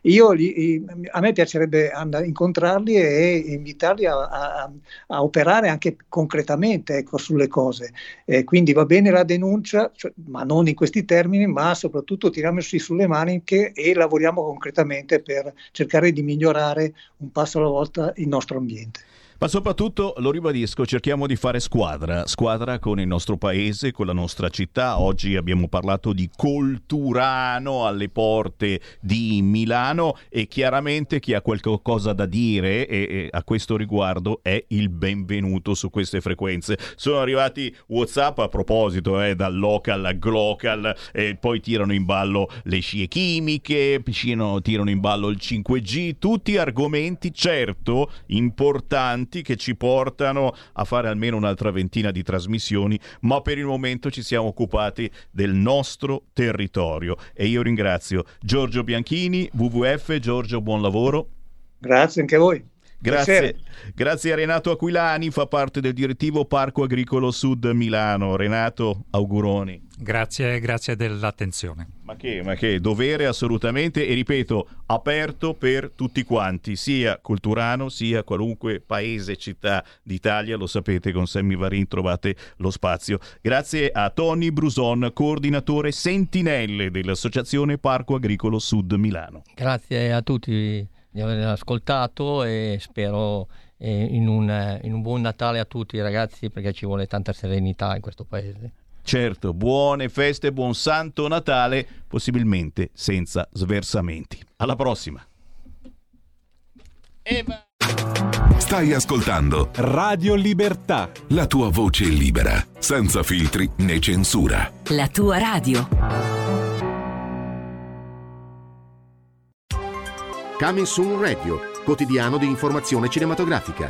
A me piacerebbe incontrarli e invitarli a operare anche concretamente, ecco, sulle cose. Quindi va bene la denuncia, ma non in questi termini, ma soprattutto tiriamoci sulle maniche e lavoriamo concretamente per cercare di migliorare un passo alla volta il nostro ambiente. Ma soprattutto, lo ribadisco, cerchiamo di fare squadra con il nostro paese, con la nostra città. Oggi abbiamo parlato di Colturano alle porte di Milano e chiaramente chi ha qualcosa da dire e a questo riguardo è il benvenuto su queste frequenze. Sono arrivati WhatsApp a proposito, dal local a glocal, poi tirano in ballo le scie chimiche, tirano in ballo il 5G, tutti argomenti certo importanti che ci portano a fare almeno un'altra ventina di trasmissioni, ma per il momento ci siamo occupati del nostro territorio e io ringrazio Giorgio Bianchini, WWF. Giorgio, buon lavoro. Grazie anche a voi. Grazie a Renato Aquilani, fa parte del direttivo Parco Agricolo Sud Milano. Renato, auguroni. Grazie dell'attenzione. Ma che dovere assolutamente, e ripeto, aperto per tutti quanti, sia Colturano sia qualunque paese, città d'Italia, lo sapete, con Sammy Varin trovate lo spazio. Grazie a Tony Bruson, coordinatore Sentinelle dell'Associazione Parco Agricolo Sud Milano. Grazie a tutti di aver ascoltato e spero in un buon Natale a tutti ragazzi, perché ci vuole tanta serenità in questo paese. Certo, buone feste, buon Santo Natale, possibilmente senza sversamenti. Alla prossima. Stai ascoltando Radio Libertà, la tua voce libera, senza filtri né censura. La tua radio. Coming Soon Radio, quotidiano di informazione cinematografica.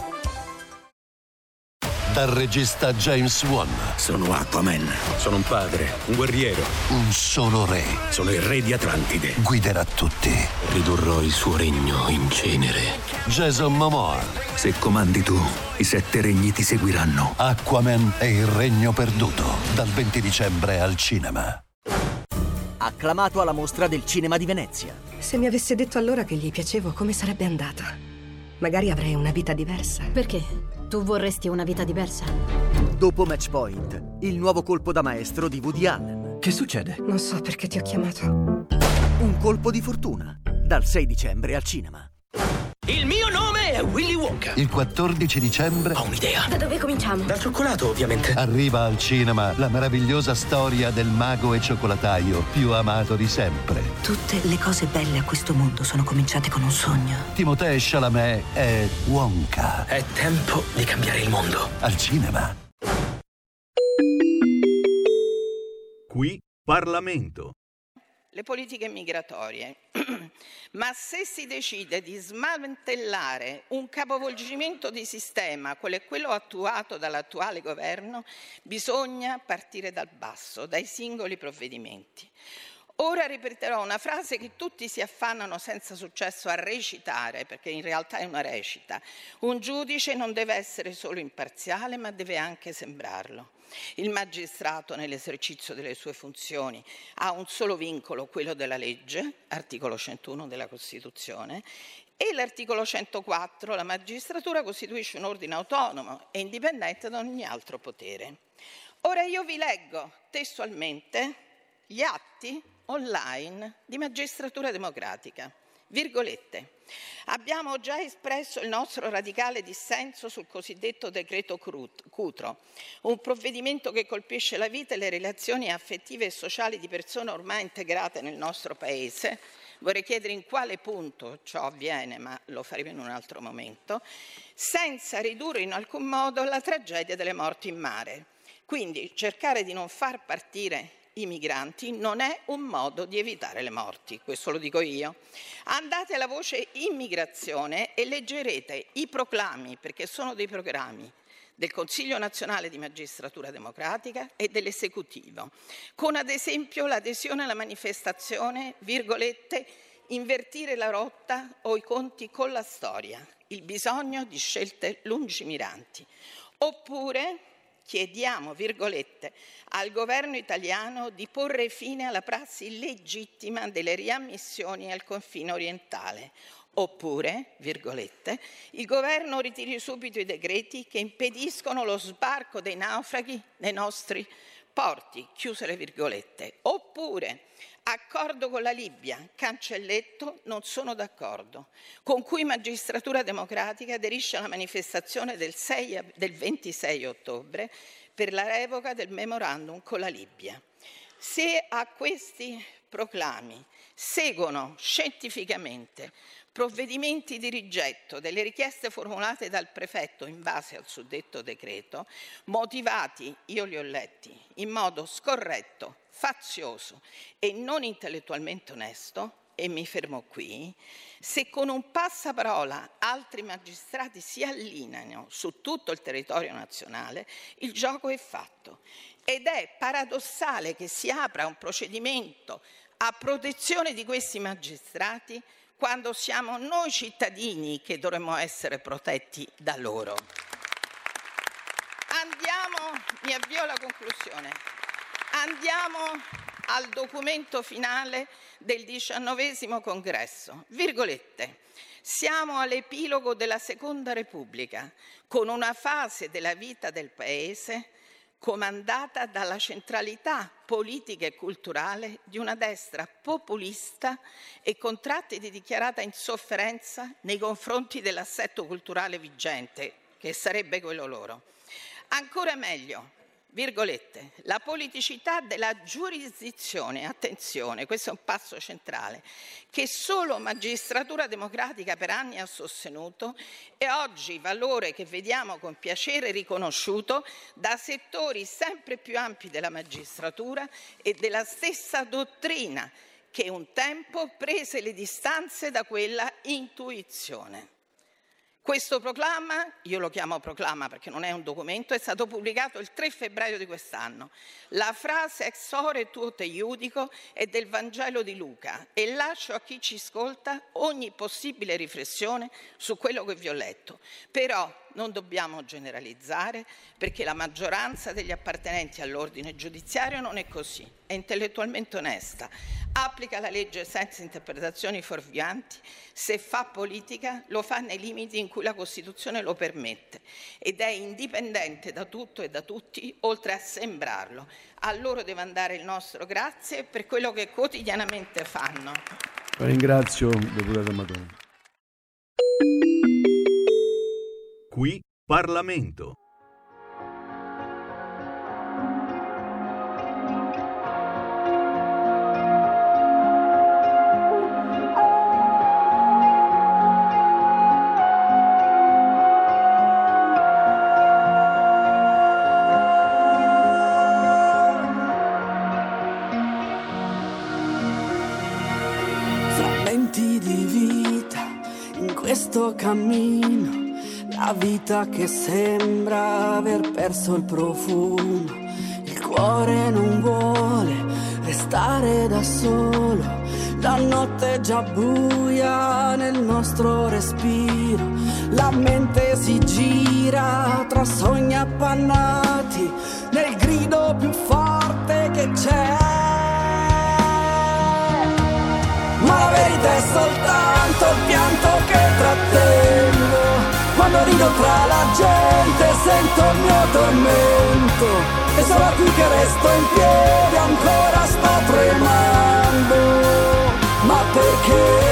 Dal regista James Wan. Sono Aquaman. Sono un padre, un guerriero. Un solo re. Sono il re di Atlantide. Guiderà tutti. Ridurrò il suo regno in cenere. Jason Momoa. Se comandi tu, i 7 regni ti seguiranno. Aquaman e il regno perduto. Dal 20 dicembre al cinema. Acclamato alla Mostra del Cinema di Venezia. Se mi avesse detto allora che gli piacevo, come sarebbe andata? Magari avrei una vita diversa. Perché? Tu vorresti una vita diversa? Dopo Match Point, il nuovo colpo da maestro di Woody Allen. Che succede? Non so perché ti ho chiamato. Un colpo di fortuna. Dal 6 dicembre al cinema. Il mio nome è Willy Wonka. Il 14 dicembre... Ho un'idea. Da dove cominciamo? Dal cioccolato, ovviamente. Arriva al cinema la meravigliosa storia del mago e cioccolataio più amato di sempre. Tutte le cose belle a questo mondo sono cominciate con un sogno. Timothée Chalamet è Wonka. È tempo di cambiare il mondo. Al cinema. Qui Parlamento. Le politiche migratorie. Ma se si decide di smantellare un capovolgimento di sistema, quale è quello attuato dall'attuale governo, bisogna partire dal basso, dai singoli provvedimenti. Ora ripeterò una frase che tutti si affannano senza successo a recitare, perché in realtà è una recita. Un giudice non deve essere solo imparziale, ma deve anche sembrarlo. Il magistrato, nell'esercizio delle sue funzioni, ha un solo vincolo, quello della legge, articolo 101 della Costituzione, e l'articolo 104, la magistratura costituisce un ordine autonomo e indipendente da ogni altro potere. Ora io vi leggo testualmente gli atti online di Magistratura Democratica. Virgolette. Abbiamo già espresso il nostro radicale dissenso sul cosiddetto decreto Cutro, un provvedimento che colpisce la vita e le relazioni affettive e sociali di persone ormai integrate nel nostro Paese. Vorrei chiedere in quale punto ciò avviene, ma lo faremo in un altro momento, senza ridurre in alcun modo la tragedia delle morti in mare. Quindi cercare di non far partire i migranti non è un modo di evitare le morti, questo lo dico io. Andate alla voce immigrazione e leggerete i proclami, perché sono dei programmi, del Consiglio Nazionale di Magistratura Democratica e dell'Esecutivo, con ad esempio l'adesione alla manifestazione, virgolette, invertire la rotta o i conti con la storia, il bisogno di scelte lungimiranti. Oppure chiediamo, virgolette, al governo italiano di porre fine alla prassi legittima delle riammissioni al confine orientale. Oppure, virgolette, il governo ritiri subito i decreti che impediscono lo sbarco dei naufraghi nei nostri porti, chiuse le virgolette. Oppure, accordo con la Libia, cancelletto, non sono d'accordo, con cui Magistratura Democratica aderisce alla manifestazione del 26 ottobre per la revoca del memorandum con la Libia. Se a questi proclami seguono scientificamente provvedimenti di rigetto delle richieste formulate dal prefetto in base al suddetto decreto, motivati, io li ho letti, in modo scorretto, fazioso e non intellettualmente onesto, e mi fermo qui, se con un passaparola altri magistrati si allineano su tutto il territorio nazionale, il gioco è fatto. Ed è paradossale che si apra un procedimento a protezione di questi magistrati quando siamo noi cittadini che dovremmo essere protetti da loro. Mi avvio alla conclusione. Andiamo al documento finale del 19° congresso. Virgolette. Siamo all'epilogo della Seconda Repubblica, con una fase della vita del Paese comandata dalla centralità politica e culturale di una destra populista e con tratti di dichiarata insofferenza nei confronti dell'assetto culturale vigente, che sarebbe quello loro. Ancora meglio, virgolette, la politicità della giurisdizione, attenzione, questo è un passo centrale, che solo Magistratura Democratica per anni ha sostenuto e oggi valore che vediamo con piacere riconosciuto da settori sempre più ampi della magistratura e della stessa dottrina che un tempo prese le distanze da quella intuizione. Questo proclama, io lo chiamo proclama perché non è un documento, è stato pubblicato il 3 febbraio di quest'anno. La frase ex ore tuote iudico è del Vangelo di Luca e lascio a chi ci ascolta ogni possibile riflessione su quello che vi ho letto. Però non dobbiamo generalizzare perché la maggioranza degli appartenenti all'ordine giudiziario non è così, è intellettualmente onesta, applica la legge senza interpretazioni fuorvianti, se fa politica lo fa nei limiti in cui la Costituzione lo permette ed è indipendente da tutto e da tutti, oltre a sembrarlo. A loro deve andare il nostro grazie per quello che quotidianamente fanno. La ringrazio, deputata Madonna. Qui Parlamento. Frammenti di vita in questo cammino. La vita che sembra aver perso il profumo, il cuore non vuole restare da solo, la notte è già buia nel nostro respiro, la mente si gira tra sogni appannati, nel grido più forte che c'è. Ma la verità è soltanto il pianto che trattengo. Quando rido tra la gente sento il mio tormento e so sono qui che resto in piedi, ancora sto tremando, ma perché?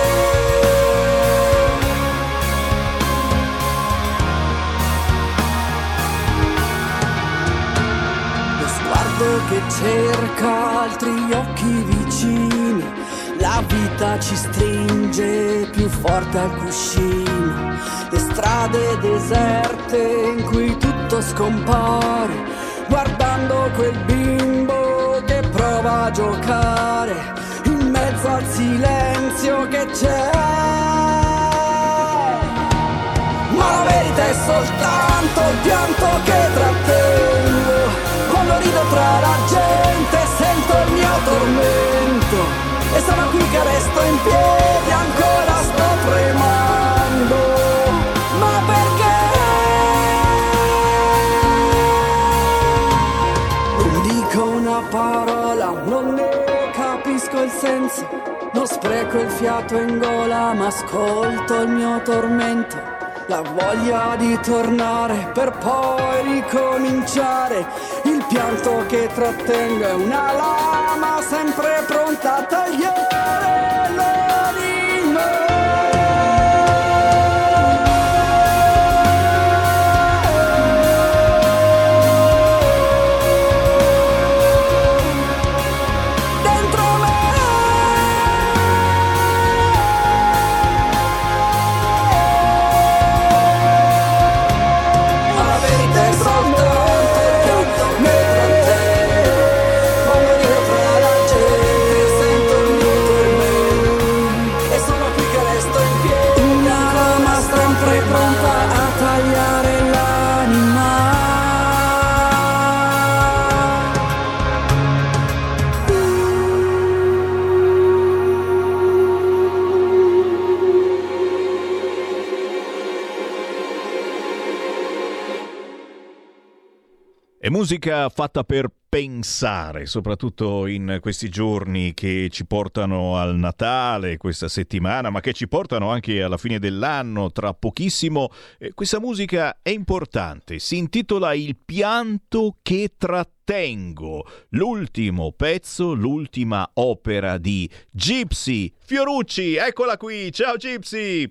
Che cerca altri occhi vicini, la vita ci stringe più forte al cuscino, le strade deserte in cui tutto scompare, guardando quel bimbo che prova a giocare in mezzo al silenzio che c'è. Ma la verità è soltanto il pianto che trattengo, quando rido tra la gente sento il mio tormento, e sono qui che resto in piedi, ancora sto tremando, ma perché? Non dico una parola, non ne capisco il senso, non spreco il fiato in gola, ma ascolto il mio tormento. La voglia di tornare per poi ricominciare, il pianto che trattengo è una lama sempre pronta a tagliare l'anima. È musica fatta per pensare, soprattutto in questi giorni che ci portano al Natale, questa settimana, ma che ci portano anche alla fine dell'anno, tra pochissimo. Questa musica è importante, si intitola Il pianto che trattengo, l'ultimo pezzo, l'ultima opera di Gypsy Fiorucci. Eccola qui, ciao Gypsy!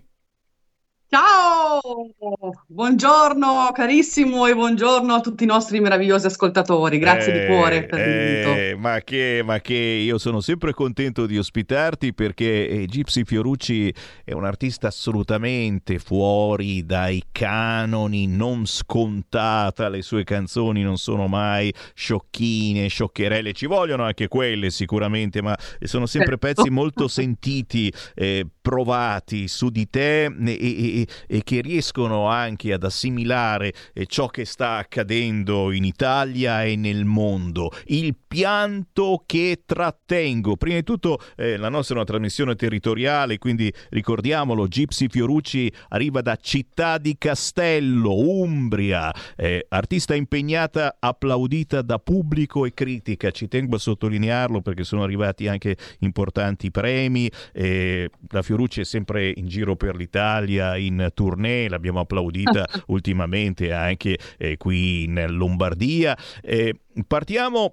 Ciao, buongiorno carissimo e buongiorno a tutti i nostri meravigliosi ascoltatori, grazie di cuore per l'invito. Ma che io sono sempre contento di ospitarti, perché Gypsy Fiorucci è un artista assolutamente fuori dai canoni, non scontata, le sue canzoni non sono mai sciocchine, scioccherelle, ci vogliono anche quelle sicuramente, ma sono sempre pezzi molto sentiti, provati su di te e che riescono anche ad assimilare ciò che sta accadendo in Italia e nel mondo. Il pianto che trattengo. Prima di tutto la nostra è una trasmissione territoriale, quindi ricordiamolo, Gypsy Fiorucci arriva da Città di Castello, Umbria, artista impegnata, applaudita da pubblico e critica. Ci tengo a sottolinearlo perché sono arrivati anche importanti premi. La Fiorucci è sempre in giro per l'Italia, in tournée, l'abbiamo applaudita ultimamente anche qui in Lombardia. Partiamo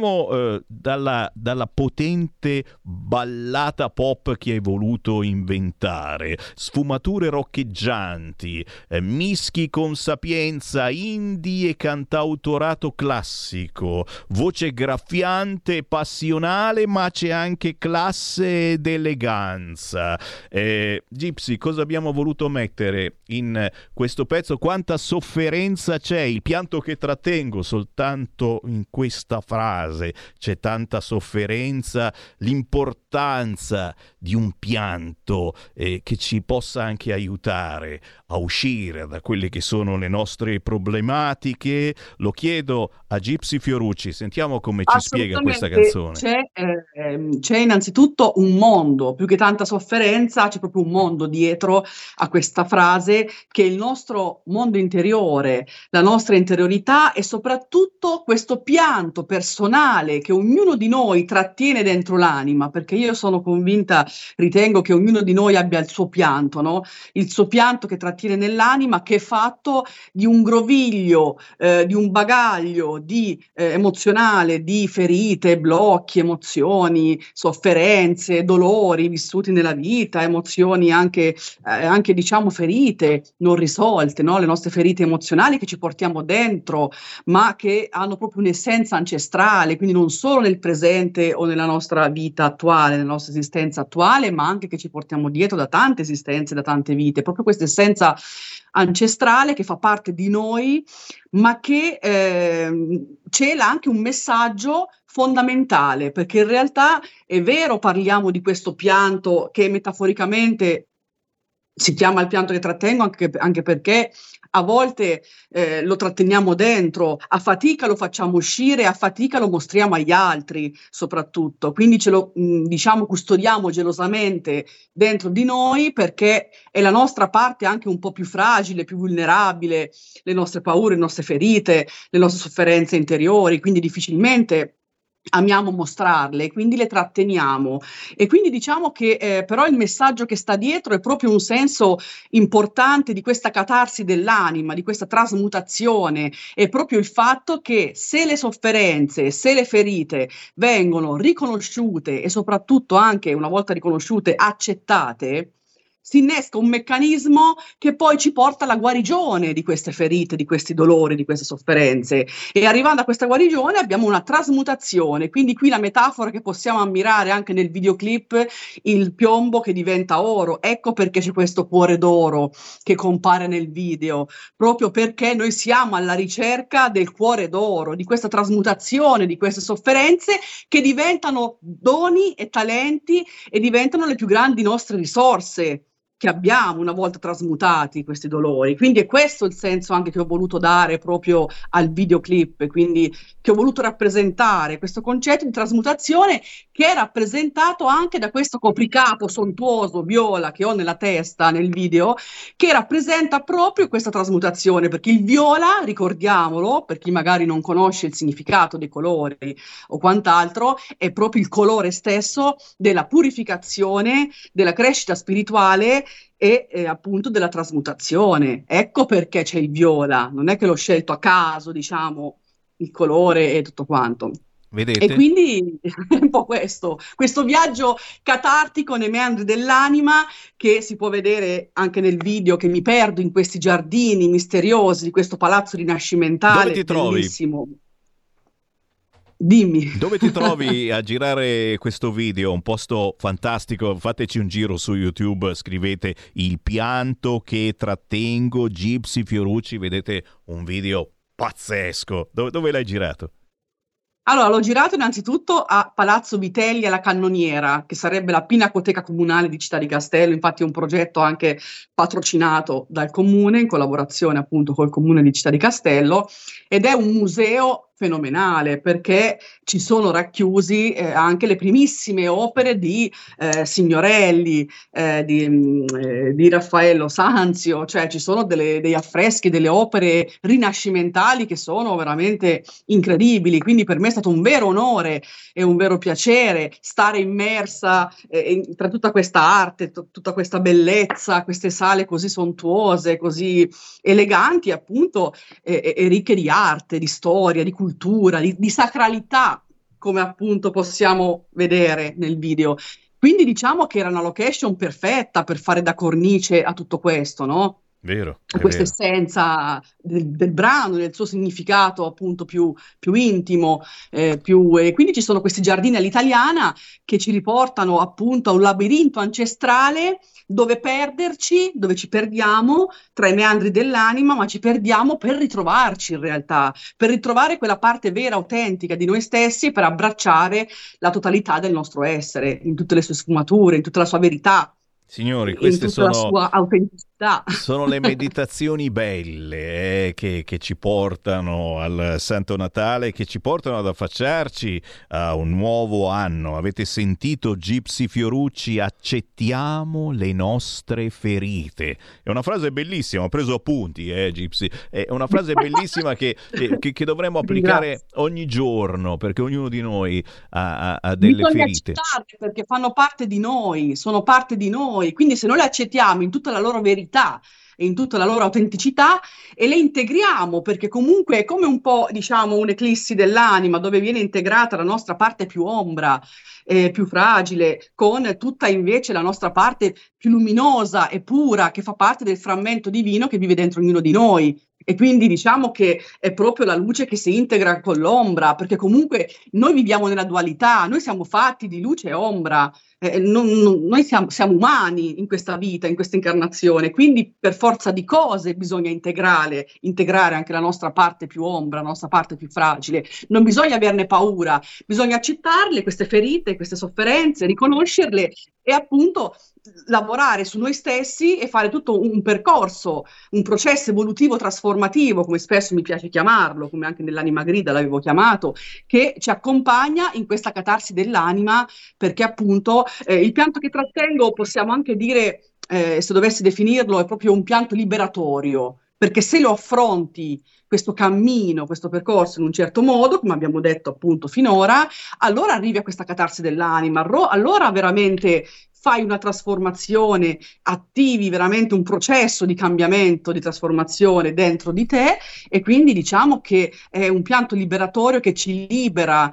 dalla potente ballata pop che hai voluto inventare, sfumature roccheggianti, mischi con sapienza, indie e cantautorato classico, voce graffiante e passionale, ma c'è anche classe ed eleganza. Gypsy, cosa abbiamo voluto mettere in questo pezzo? Quanta sofferenza c'è, il pianto che trattengo, soltanto in questa frase c'è tanta sofferenza, l'importanza di un pianto che ci possa anche aiutare a uscire da quelle che sono le nostre problematiche. Lo chiedo a Gypsy Fiorucci, sentiamo come ci spiega questa canzone. C'è innanzitutto un mondo, più che tanta sofferenza, c'è proprio un mondo dietro a questa frase, che è il nostro mondo interiore, la nostra interiorità e soprattutto questo pianto personale che ognuno di noi trattiene dentro l'anima, perché io sono convinta, ritengo che ognuno di noi abbia il suo pianto, no? Il suo pianto che trattiene nell'anima, che è fatto di un groviglio, di un bagaglio emozionale, di ferite, blocchi, emozioni, sofferenze, dolori vissuti nella vita, emozioni anche diciamo ferite non risolte, no? Le nostre ferite emozionali che ci portiamo dentro, ma che hanno proprio un'essenza ancestrale, quindi non solo nel presente o nella nostra vita attuale, nella nostra esistenza attuale, ma anche che ci portiamo dietro da tante esistenze, da tante vite, proprio questa essenza ancestrale che fa parte di noi, ma che cela anche un messaggio fondamentale, perché in realtà è vero, parliamo di questo pianto che metaforicamente si chiama il pianto che trattengo, anche perché a volte lo tratteniamo dentro, a fatica lo facciamo uscire, a fatica lo mostriamo agli altri soprattutto, quindi ce lo diciamo custodiamo gelosamente dentro di noi, perché è la nostra parte anche un po' più fragile, più vulnerabile, le nostre paure, le nostre ferite, le nostre sofferenze interiori, quindi difficilmente amiamo mostrarle, quindi le tratteniamo. E quindi diciamo che però il messaggio che sta dietro è proprio un senso importante di questa catarsi dell'anima, di questa trasmutazione, è proprio il fatto che se le sofferenze, se le ferite vengono riconosciute e soprattutto anche una volta riconosciute accettate, si innesca un meccanismo che poi ci porta alla guarigione di queste ferite, di questi dolori, di queste sofferenze, e arrivando a questa guarigione abbiamo una trasmutazione. Quindi qui la metafora che possiamo ammirare anche nel videoclip, il piombo che diventa oro, ecco perché c'è questo cuore d'oro che compare nel video, proprio perché noi siamo alla ricerca del cuore d'oro, di questa trasmutazione, di queste sofferenze che diventano doni e talenti e diventano le più grandi nostre risorse che abbiamo una volta trasmutati questi dolori. Quindi è questo il senso anche che ho voluto dare proprio al videoclip, quindi che ho voluto rappresentare questo concetto di trasmutazione, che è rappresentato anche da questo copricapo sontuoso viola che ho nella testa nel video, che rappresenta proprio questa trasmutazione, perché il viola, ricordiamolo, per chi magari non conosce il significato dei colori o quant'altro, è proprio il colore stesso della purificazione, della crescita spirituale e appunto della trasmutazione. Ecco perché c'è il viola, non è che l'ho scelto a caso, diciamo, il colore e tutto quanto. Vedete? E quindi è un po' questo viaggio catartico nei meandri dell'anima, che si può vedere anche nel video, che mi perdo in questi giardini misteriosi di questo palazzo rinascimentale. Dove ti trovi? Bellissimo. Dimmi. Dove ti trovi a girare questo video? Un posto fantastico, fateci un giro su YouTube, scrivete il pianto che trattengo, Gypsy Fiorucci, vedete un video pazzesco. Dove l'hai girato? Allora, l'ho girato innanzitutto a Palazzo Vitelli alla Cannoniera, che sarebbe la Pinacoteca Comunale di Città di Castello, infatti è un progetto anche patrocinato dal Comune, in collaborazione appunto col Comune di Città di Castello, ed è un museo fenomenale perché ci sono racchiusi anche le primissime opere di Signorelli, di Raffaello Sanzio, cioè ci sono degli affreschi, delle opere rinascimentali che sono veramente incredibili, quindi per me è stato un vero onore e un vero piacere stare immersa tra tutta questa arte, tutta questa bellezza, queste sale così sontuose, così eleganti appunto e ricche di arte, di storia, di cultura, di sacralità, come appunto possiamo vedere nel video. Quindi diciamo che era una location perfetta per fare da cornice a tutto questo, no? Vero. A questa essenza del brano, del suo significato appunto più intimo, e quindi ci sono questi giardini all'italiana che ci riportano appunto a un labirinto ancestrale dove perderci, dove ci perdiamo tra i meandri dell'anima, ma ci perdiamo per ritrovarci in realtà, per ritrovare quella parte vera, autentica di noi stessi, per abbracciare la totalità del nostro essere, in tutte le sue sfumature, in tutta la sua verità. Signori, queste in tutta sono la sua autenticità. Sono le meditazioni belle che ci portano al Santo Natale, che ci portano ad affacciarci a un nuovo anno. Avete sentito Gypsy Fiorucci? Accettiamo le nostre ferite. È una frase bellissima, ho preso appunti, Gypsy. È una frase bellissima che dovremmo applicare ogni giorno, perché ognuno di noi ha delle Bisogna ferite. accettarle perché fanno parte di noi, sono parte di noi, quindi se noi le accettiamo in tutta la loro verità e in tutta la loro autenticità e le integriamo, perché comunque è come un po', diciamo, un'eclissi dell'anima dove viene integrata la nostra parte più ombra, più fragile, con tutta invece la nostra parte più luminosa e pura, che fa parte del frammento divino che vive dentro ognuno di noi. E quindi diciamo che è proprio la luce che si integra con l'ombra, perché comunque noi viviamo nella dualità, noi siamo fatti di luce e ombra, noi siamo umani in questa vita, in questa incarnazione, quindi per forza di cose bisogna integrare anche la nostra parte più ombra, la nostra parte più fragile. Non bisogna averne paura, bisogna accettarle, queste ferite, queste sofferenze, riconoscerle e appunto lavorare su noi stessi e fare tutto un percorso, un processo evolutivo trasformativo, come spesso mi piace chiamarlo, come anche nell'anima grida l'avevo chiamato, che ci accompagna in questa catarsi dell'anima, perché appunto il pianto che trattengo, possiamo anche dire, se dovessi definirlo, è proprio un pianto liberatorio, perché se lo affronti questo cammino, questo percorso in un certo modo, come abbiamo detto appunto finora, allora arrivi a questa catarsi dell'anima, allora veramente fai una trasformazione, attivi veramente un processo di cambiamento, di trasformazione dentro di te e quindi diciamo che è un pianto liberatorio che ci libera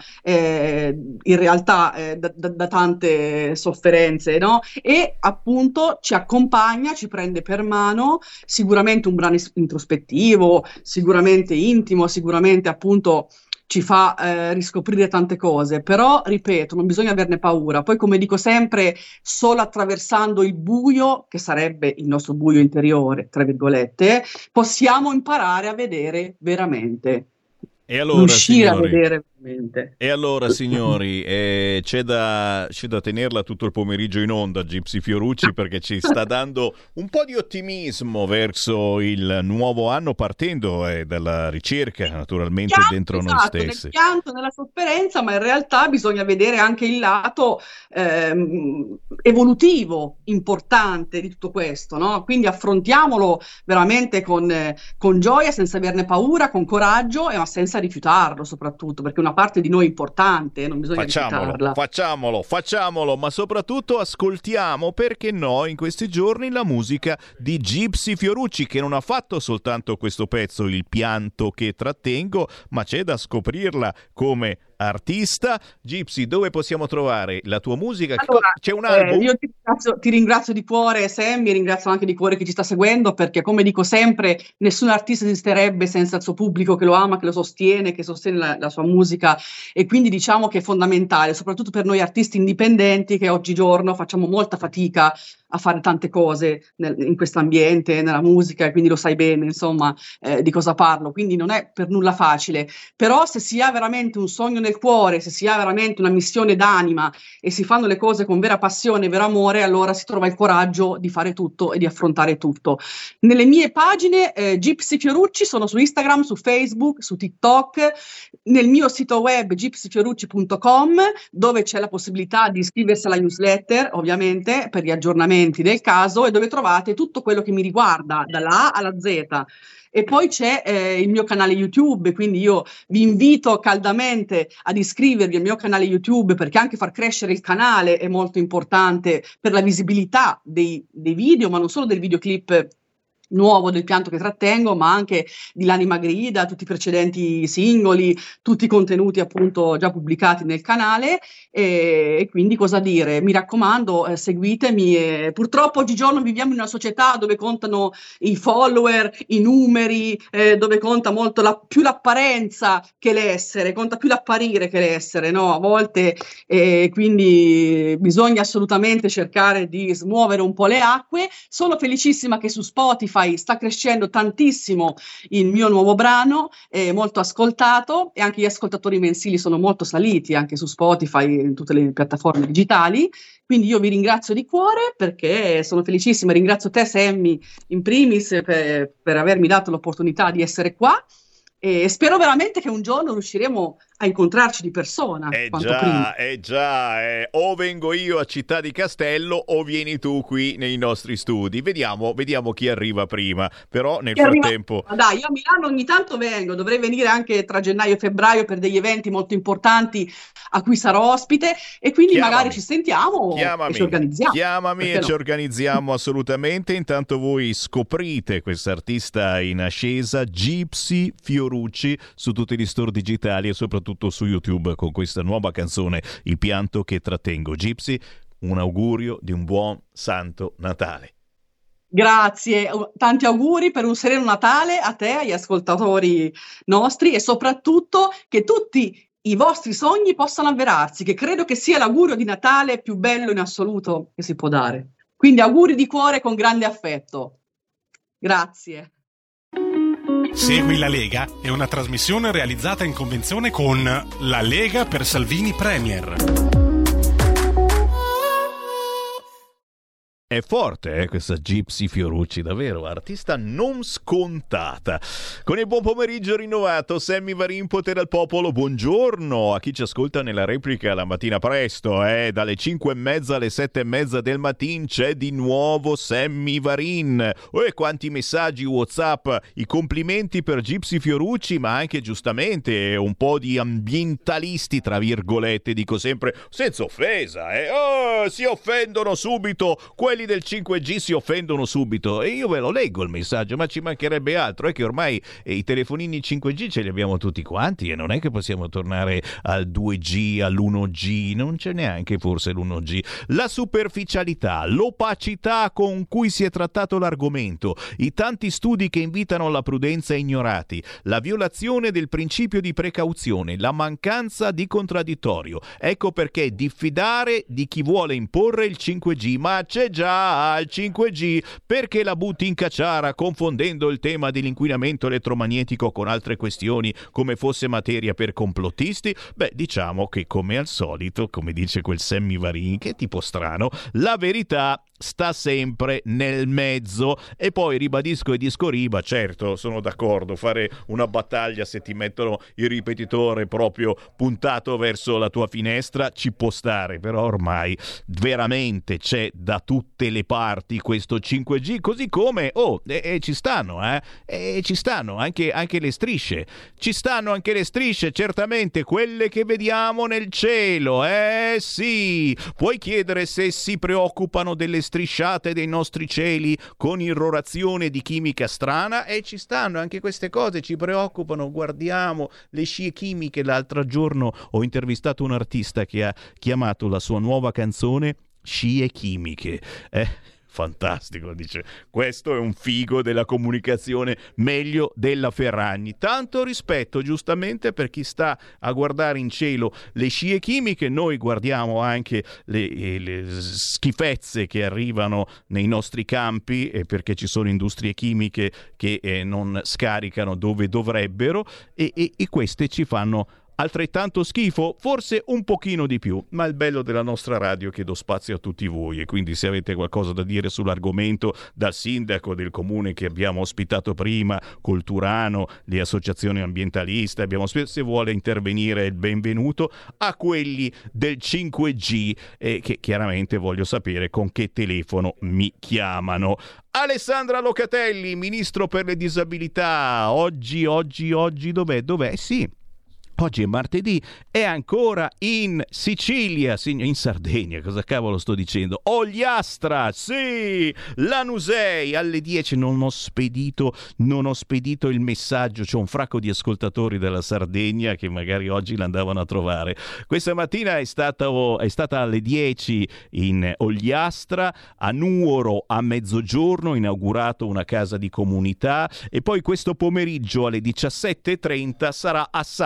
in realtà da tante sofferenze, no? E appunto ci accompagna, ci prende per mano, sicuramente un brano introspettivo, sicuramente intimo, sicuramente appunto ci fa riscoprire tante cose, però ripeto, non bisogna averne paura. Poi come dico sempre, solo attraversando il buio, che sarebbe il nostro buio interiore, tra virgolette, possiamo imparare a vedere veramente. E allora, riuscire signori, a vedere veramente. E allora, signori, c'è da tenerla tutto il pomeriggio in onda, Gypsy Fiorucci, perché ci sta dando un po' di ottimismo verso il nuovo anno, partendo dalla ricerca, naturalmente, dentro noi stessi. Nel pianto, nella sofferenza, ma in realtà bisogna vedere anche il lato evolutivo importante di tutto questo, no? Quindi affrontiamolo veramente con gioia, senza averne paura, con coraggio, ma senza rifiutarlo soprattutto, perché una parte di noi importante, non bisogna rifiutarla. Facciamolo, ma soprattutto ascoltiamo, perché no, in questi giorni la musica di Gypsy Fiorucci, che non ha fatto soltanto questo pezzo, Il pianto che trattengo, ma c'è da scoprirla come artista. Gypsy, dove possiamo trovare la tua musica? Allora, c'è un album? Io ti ringrazio di cuore, Sammy, ringrazio anche di cuore chi ci sta seguendo, perché come dico sempre, nessun artista esisterebbe senza il suo pubblico che lo ama, che lo sostiene, che sostiene la sua musica, e quindi diciamo che è fondamentale, soprattutto per noi artisti indipendenti che oggigiorno facciamo molta fatica a fare tante cose in questo ambiente, nella musica, e quindi lo sai bene, insomma, di cosa parlo, quindi non è per nulla facile, però se si ha veramente un sogno nel cuore, se si ha veramente una missione d'anima e si fanno le cose con vera passione, vero amore, allora si trova il coraggio di fare tutto e di affrontare tutto. Nelle mie pagine Gypsy Fiorucci, sono su Instagram, su Facebook, su TikTok, nel mio sito web gypsyfiorucci.com, dove c'è la possibilità di iscriversi alla newsletter, ovviamente, per gli aggiornamenti del caso, e dove trovate tutto quello che mi riguarda dalla A alla Z. E poi c'è il mio canale YouTube, quindi io vi invito caldamente ad iscrivervi al mio canale YouTube, perché anche far crescere il canale è molto importante per la visibilità dei video, ma non solo del videoclip nuovo del pianto che trattengo, ma anche di L'anima grida, tutti i precedenti singoli, tutti i contenuti appunto già pubblicati nel canale, e quindi cosa dire, mi raccomando, seguitemi. Purtroppo oggigiorno viviamo in una società dove contano i follower, i numeri, dove conta molto più l'apparenza che l'essere, conta più l'apparire che l'essere, no? A volte, quindi bisogna assolutamente cercare di smuovere un po' le acque. Sono felicissima che su Spotify Spotify sta crescendo tantissimo il mio nuovo brano, è molto ascoltato, e anche gli ascoltatori mensili sono molto saliti anche su Spotify e in tutte le piattaforme digitali. Quindi io vi ringrazio di cuore, perché sono felicissima. Ringrazio te, Sammy, in primis per avermi dato l'opportunità di essere qua, e spero veramente che un giorno riusciremo a incontrarci di persona. O vengo io a Città di Castello o vieni tu qui nei nostri studi. Vediamo chi arriva prima. Però nel frattempo... Dai, io a Milano ogni tanto vengo, dovrei venire anche tra gennaio e febbraio per degli eventi molto importanti a cui sarò ospite, e quindi magari ci sentiamo e ci organizziamo. Chiamami e ci organizziamo assolutamente. Intanto voi scoprite quest'artista in ascesa, Gypsy Fiorucci, su tutti gli store digitali e soprattutto su YouTube, con questa nuova canzone Il pianto che trattengo. Gypsy, un augurio di un buon Santo Natale. Grazie, tanti auguri per un sereno Natale a te, agli ascoltatori nostri, e soprattutto che tutti i vostri sogni possano avverarsi, che credo che sia l'augurio di Natale più bello in assoluto che si può dare. Quindi auguri di cuore con grande affetto. Grazie. Segui la Lega è una trasmissione realizzata in convenzione con La Lega per Salvini Premier. È forte questa Gypsy Fiorucci, davvero, artista non scontata. Con il buon pomeriggio rinnovato, Sammy Varin, potere al popolo, buongiorno a chi ci ascolta nella replica la mattina presto, dalle 5:30 alle 7:30 del mattino c'è di nuovo Sammy Varin. E quanti messaggi WhatsApp, i complimenti per Gypsy Fiorucci, ma anche giustamente un po' di ambientalisti, tra virgolette, dico sempre, senza offesa, si offendono subito, quelli del 5G si offendono subito, e io ve lo leggo il messaggio, ma ci mancherebbe altro, è che ormai i telefonini 5G ce li abbiamo tutti quanti e non è che possiamo tornare al 2G, all'1G, non c'è neanche forse l'1G. La superficialità, l'opacità con cui si è trattato l'argomento, i tanti studi che invitano alla prudenza ignorati, la violazione del principio di precauzione, la mancanza di contraddittorio. Ecco perché diffidare di chi vuole imporre il 5G, ma c'è già al 5G, perché la butti in cacciara confondendo il tema dell'inquinamento elettromagnetico con altre questioni come fosse materia per complottisti? Beh, diciamo che come al solito, come dice quel Sammy Varin, che è tipo strano, la verità sta sempre nel mezzo. E poi ribadisco e discoriba, certo, sono d'accordo, fare una battaglia se ti mettono il ripetitore proprio puntato verso la tua finestra ci può stare, però ormai veramente c'è da tutte le parti questo 5G, così come ci stanno ci stanno anche le strisce, certamente quelle che vediamo nel cielo, sì, puoi chiedere se si preoccupano delle strisciate dei nostri cieli con irrorazione di chimica strana, e ci stanno anche queste cose, ci preoccupano, guardiamo le scie chimiche. L'altro giorno ho intervistato un artista che ha chiamato la sua nuova canzone Scie chimiche. Fantastico, dice, questo è un figo della comunicazione, meglio della Ferragni. Tanto rispetto giustamente per chi sta a guardare in cielo le scie chimiche. Noi guardiamo anche le schifezze che arrivano nei nostri campi, perché ci sono industrie chimiche che non scaricano dove dovrebbero, e queste ci fanno altrettanto schifo, forse un pochino di più, ma il bello della nostra radio è che do spazio a tutti voi, e quindi se avete qualcosa da dire sull'argomento, dal sindaco del comune che abbiamo ospitato prima, Colturano, le associazioni ambientaliste, se vuole intervenire il benvenuto, a quelli del 5G, che chiaramente voglio sapere con che telefono mi chiamano. Alessandra Locatelli, ministro per le disabilità, oggi dov'è? Sì. Oggi è martedì, è ancora in Sicilia, in Sardegna, cosa cavolo sto dicendo? Ogliastra, sì, Lanusei, alle 10 non ho spedito il messaggio, c'è un fracco di ascoltatori della Sardegna che magari oggi l'andavano a trovare. Questa mattina è stata alle 10 in Ogliastra, a Nuoro a mezzogiorno, inaugurato una casa di comunità, e poi questo pomeriggio alle 17:30 sarà a Sassari,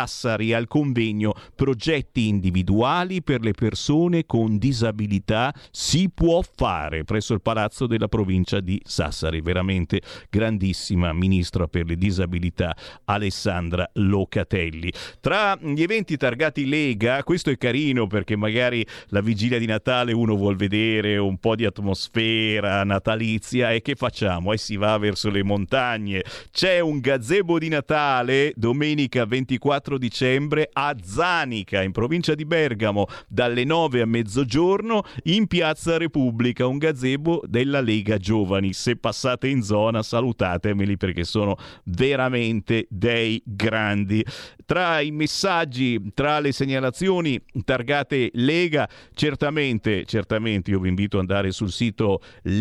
firmari al convegno Progetti individuali per le persone con disabilità si può fare, presso il Palazzo della Provincia di Sassari. Veramente grandissima ministra per le disabilità Alessandra Locatelli. Tra gli eventi targati Lega, questo è carino perché magari la vigilia di Natale uno vuol vedere un po' di atmosfera natalizia, e che facciamo? Si va verso le montagne. C'è un gazebo di Natale domenica 24 dicembre a Zanica, in provincia di Bergamo, dalle 9 a mezzogiorno in Piazza Repubblica, un gazebo della Lega Giovani. Se passate in zona salutatemeli perché sono veramente dei grandi. Tra i messaggi, tra le segnalazioni targate Lega, certamente io vi invito ad andare sul sito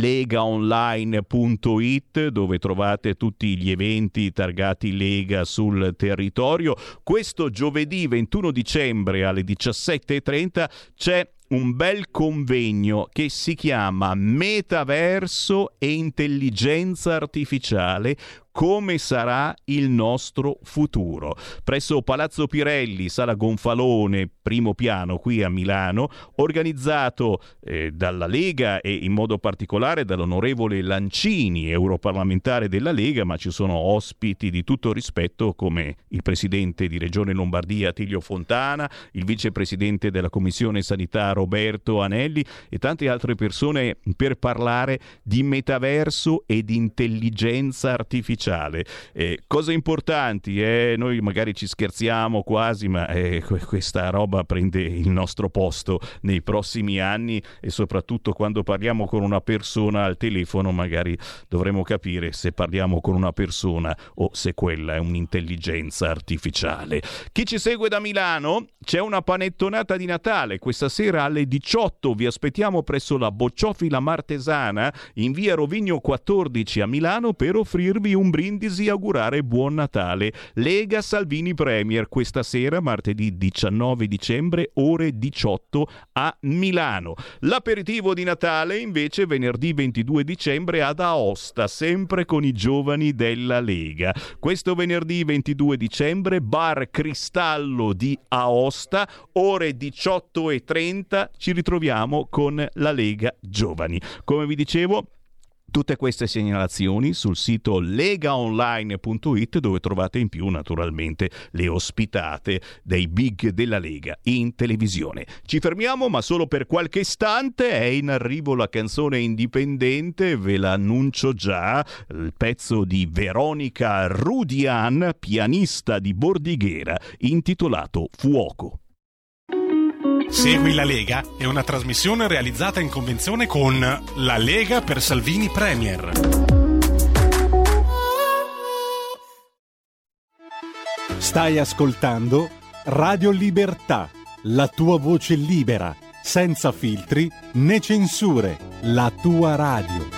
legaonline.it, dove trovate tutti gli eventi targati Lega sul territorio. Questo giovedì 21 dicembre alle 17:30 c'è un bel convegno che si chiama Metaverso e intelligenza artificiale, come sarà il nostro futuro, presso Palazzo Pirelli, Sala Gonfalone, primo piano, qui a Milano, organizzato dalla Lega e in modo particolare dall'onorevole Lancini, europarlamentare della Lega, ma ci sono ospiti di tutto rispetto come il presidente di Regione Lombardia Attilio Fontana, il vicepresidente della Commissione Sanità Roberto Anelli e tante altre persone per parlare di metaverso e di intelligenza artificiale. Cose importanti, noi magari ci scherziamo quasi, ma questa roba prende il nostro posto nei prossimi anni, e soprattutto quando parliamo con una persona al telefono magari dovremo capire se parliamo con una persona o se quella è un'intelligenza artificiale. Chi ci segue da Milano, c'è una panettonata di Natale questa sera alle 18, vi aspettiamo presso la Bocciofila Martesana in via Rovigno 14 a Milano per offrirvi un brindisi e augurare buon Natale. Lega Salvini Premier questa sera, martedì 19 dicembre, ore 18 a Milano. L'aperitivo di Natale invece venerdì 22 dicembre ad Aosta, sempre con i giovani della Lega. Questo venerdì 22 dicembre, Bar Cristallo di Aosta, ore 18:30, ci ritroviamo con la Lega Giovani. Come vi dicevo, tutte queste segnalazioni sul sito legaonline.it, dove trovate in più naturalmente le ospitate dei big della Lega in televisione. Ci fermiamo, ma solo per qualche istante. È in arrivo la canzone indipendente, ve la annuncio già, il pezzo di Veronica Rudian, pianista di Bordighera, intitolato Fuoco. Segui la Lega è una trasmissione realizzata in convenzione con La Lega per Salvini Premier. Stai ascoltando Radio Libertà, la tua voce libera, senza filtri né censure, la tua radio.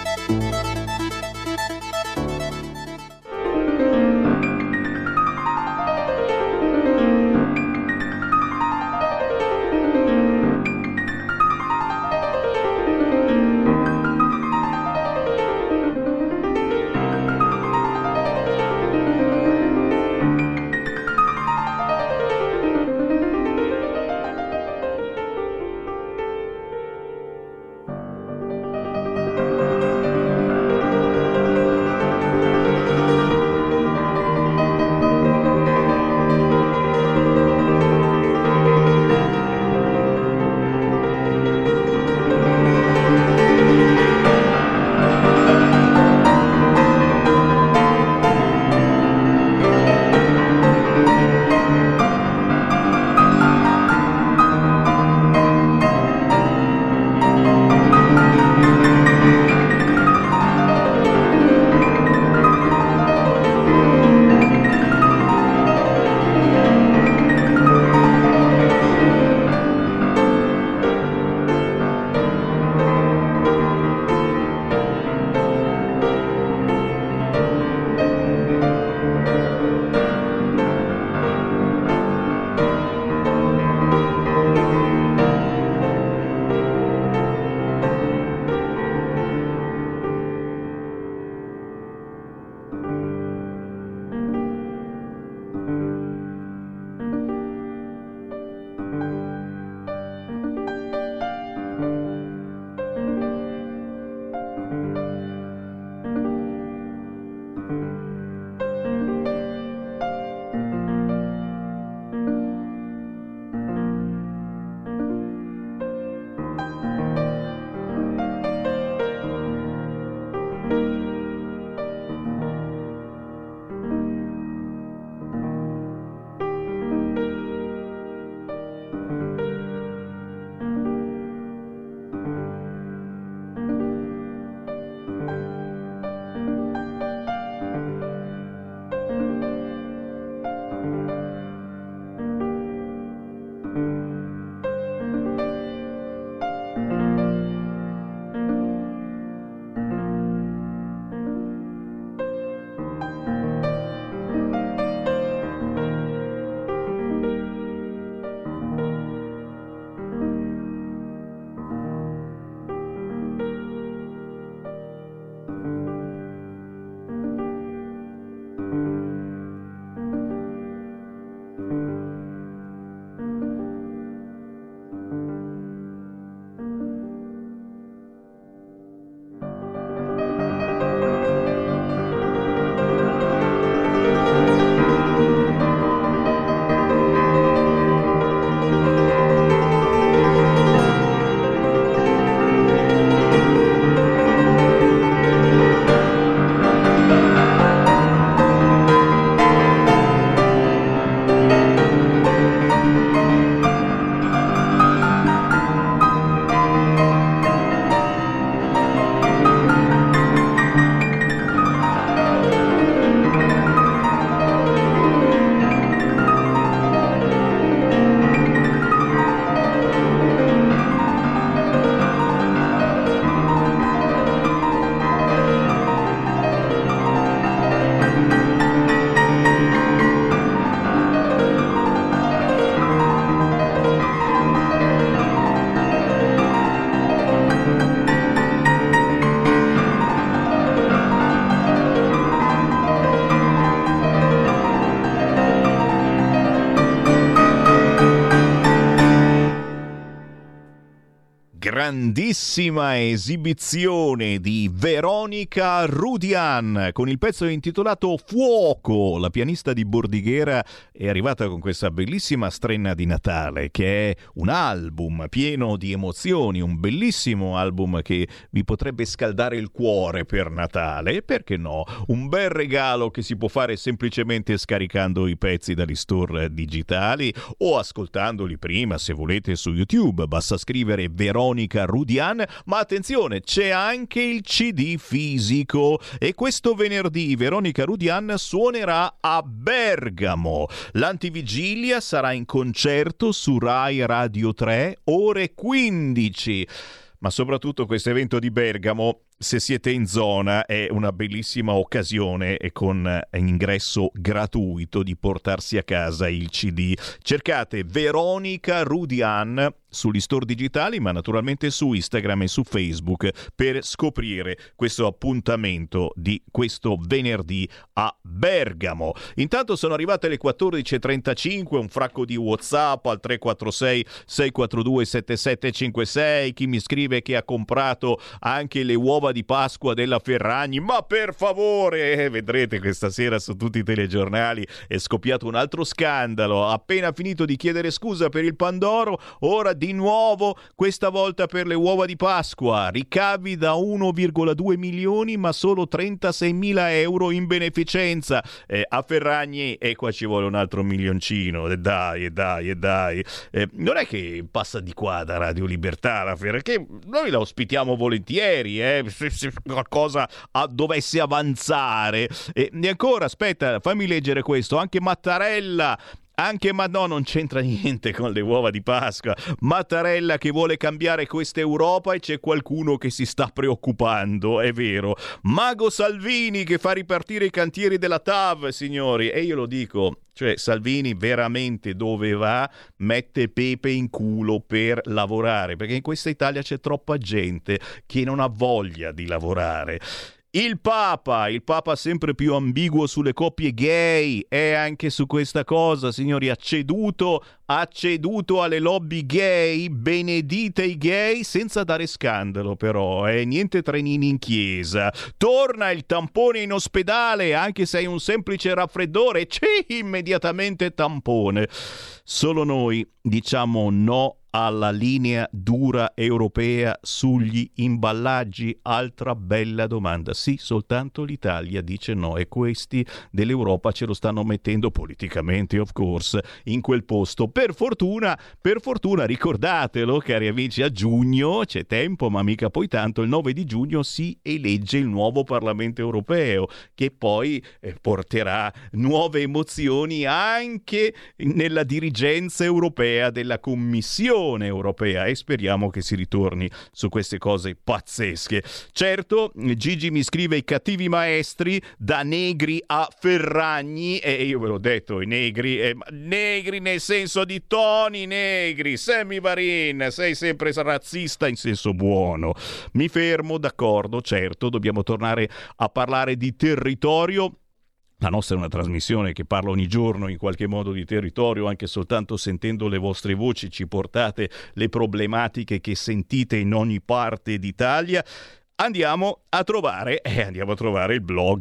grandissima esibizione di Veronica Rudian con il pezzo intitolato Fuoco. La pianista di Bordighera è arrivata con questa bellissima strenna di Natale, che è un album pieno di emozioni, un bellissimo album che vi potrebbe scaldare il cuore per Natale, perché no? Un bel regalo che si può fare semplicemente scaricando i pezzi dagli store digitali o ascoltandoli prima, se volete, su YouTube. Basta scrivere Veronica Rudian, ma attenzione, c'è anche il CD fisico e questo venerdì Veronica Rudian suonerà a Bergamo. L'antivigilia sarà in concerto su Rai Radio 3, ore 15. Ma soprattutto questo evento di Bergamo, se siete in zona, è una bellissima occasione e con ingresso gratuito di portarsi a casa il CD. Cercate Veronica Rudian sugli store digitali, ma naturalmente su Instagram e su Facebook per scoprire questo appuntamento di questo venerdì a Bergamo. Intanto sono arrivate le 14.35, un fracco di WhatsApp al 346 642 7756. Chi mi scrive che ha comprato anche le uova di Pasqua della Ferragni, ma per favore, vedrete questa sera su tutti i telegiornali è scoppiato un altro scandalo. Appena finito di chiedere scusa per il Pandoro, ora di nuovo, questa volta per le uova di Pasqua, ricavi da 1,2 milioni ma solo 36.000 euro in beneficenza a Ferragni, e qua ci vuole un altro milioncino, dai. Non è che passa di qua da Radio Libertà la perché noi la ospitiamo volentieri, se qualcosa dovesse avanzare. E ancora, aspetta, fammi leggere questo, anche Mattarella. Ma no, non c'entra niente con le uova di Pasqua. Mattarella che vuole cambiare questa Europa e c'è qualcuno che si sta preoccupando, è vero. Mago Salvini che fa ripartire i cantieri della TAV, signori. E io lo dico, cioè Salvini veramente dove va mette pepe in culo per lavorare, perché in questa Italia c'è troppa gente che non ha voglia di lavorare. Il Papa sempre più ambiguo sulle coppie gay, e anche su questa cosa, signori, ha ceduto alle lobby gay, benedite i gay, senza dare scandalo però, niente trenini in chiesa. Torna il tampone in ospedale, anche se hai un semplice raffreddore, immediatamente tampone. Solo noi diciamo no alla linea dura europea sugli imballaggi? Altra bella domanda. Sì, soltanto l'Italia dice no, e questi dell'Europa ce lo stanno mettendo politicamente, of course, in quel posto. Per fortuna, ricordatelo, cari amici, a giugno c'è tempo, ma mica poi tanto. Il 9 di giugno si elegge il nuovo Parlamento europeo, che poi porterà nuove emozioni anche nella dirigenza europea della Commissione europea, e speriamo che si ritorni su queste cose pazzesche. Certo, Gigi mi scrive i cattivi maestri da Negri a Ferragni, e io ve l'ho detto, i negri nel senso di Tony Negri. Sammy Varin, sei sempre razzista in senso buono. Mi fermo, d'accordo, certo, dobbiamo tornare a parlare di territorio. La nostra è una trasmissione che parla ogni giorno in qualche modo di territorio, anche soltanto sentendo le vostre voci ci portate le problematiche che sentite in ogni parte d'Italia. Andiamo a trovare il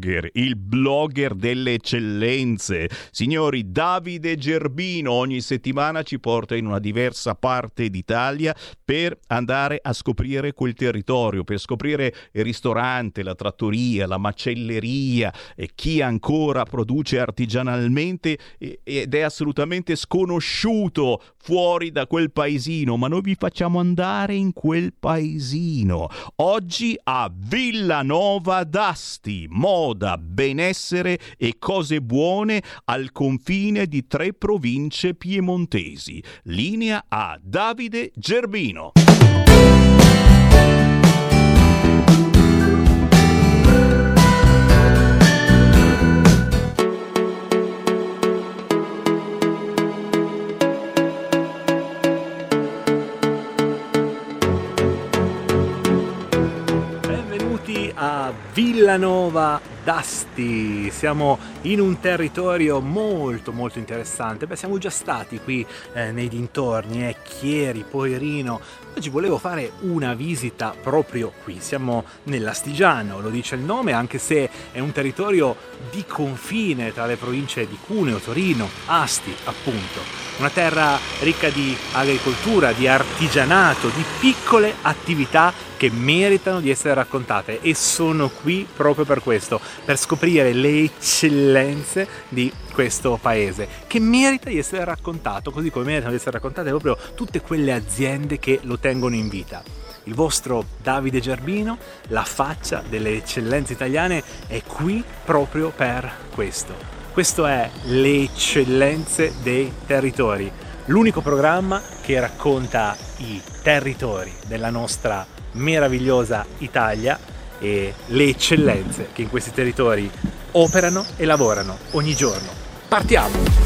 blogger delle eccellenze. Signori, Davide Gerbino ogni settimana ci porta in una diversa parte d'Italia per andare a scoprire quel territorio, per scoprire il ristorante, la trattoria, la macelleria, e chi ancora produce artigianalmente ed è assolutamente sconosciuto fuori da quel paesino, ma noi vi facciamo andare in quel paesino. Oggi a Villanova d'Asti, moda, benessere e cose buone al confine di 3 province piemontesi. Linea a Davide Gerbino. A Villanova d'Asti. Siamo in un territorio molto molto interessante. Siamo già stati qui nei dintorni, Chieri, Poirino. Oggi volevo fare una visita proprio qui. Siamo nell'Astigiano, lo dice il nome, anche se è un territorio di confine tra le province di Cuneo, Torino, Asti, appunto. Una terra ricca di agricoltura, di artigianato, di piccole attività che meritano di essere raccontate, e sono qui proprio per questo, per scoprire le eccellenze di questo paese, che merita di essere raccontato, così come meritano di essere raccontate proprio tutte quelle aziende che lo tengono in vita. Il vostro Davide Gerbino, la faccia delle eccellenze italiane, è qui proprio per questo. Questo è Le Eccellenze dei Territori, l'unico programma che racconta i territori della nostra meravigliosa Italia e le eccellenze che in questi territori operano e lavorano ogni giorno. Partiamo!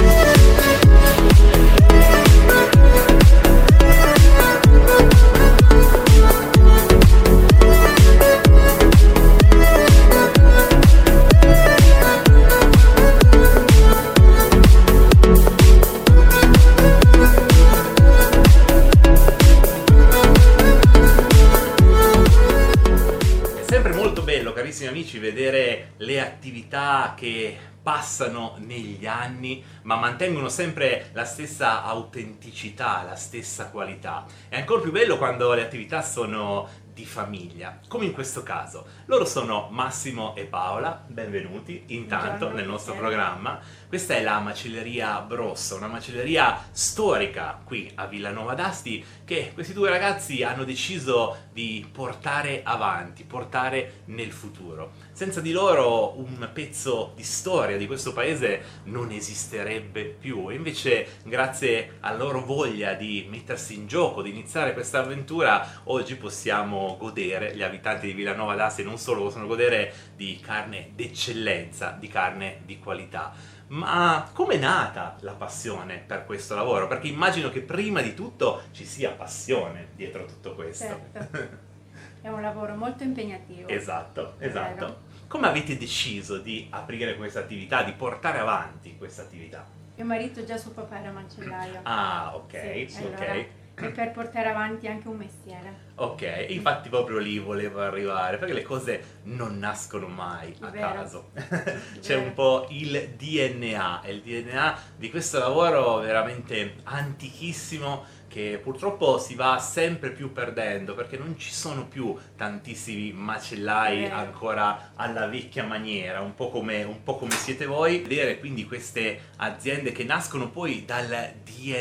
Carissimi amici, vedere le attività che passano negli anni ma mantengono sempre la stessa autenticità, la stessa qualità. È ancora più bello quando le attività sono di famiglia, come in questo caso. Loro sono Massimo e Paola, benvenuti intanto nel nostro programma. Questa è la macelleria Brosso, una macelleria storica qui a Villanova d'Asti, che questi due ragazzi hanno deciso di portare avanti, portare nel futuro. Senza di loro un pezzo di storia di questo paese non esisterebbe più, e invece grazie alla loro voglia di mettersi in gioco, di iniziare questa avventura, oggi possiamo godere, gli abitanti di Villanova d'Asti non solo possono godere di carne d'eccellenza, di carne di qualità. Ma com'è nata la passione per questo lavoro? Perché immagino che prima di tutto ci sia passione dietro tutto questo. Certo. È un lavoro molto impegnativo. Esatto. Come avete deciso di aprire questa attività, di portare avanti questa attività? Mio marito già suo papà era macellaio. Ah, ok, sì, allora, ok. E per portare avanti anche un mestiere. Ok, infatti proprio lì volevo arrivare, perché le cose non nascono mai a caso. C'è un po' il DNA, e il DNA di questo lavoro veramente antichissimo, che purtroppo si va sempre più perdendo, perché non ci sono più tantissimi macellai ancora alla vecchia maniera, un po' come siete voi. Vedere quindi queste aziende che nascono poi dal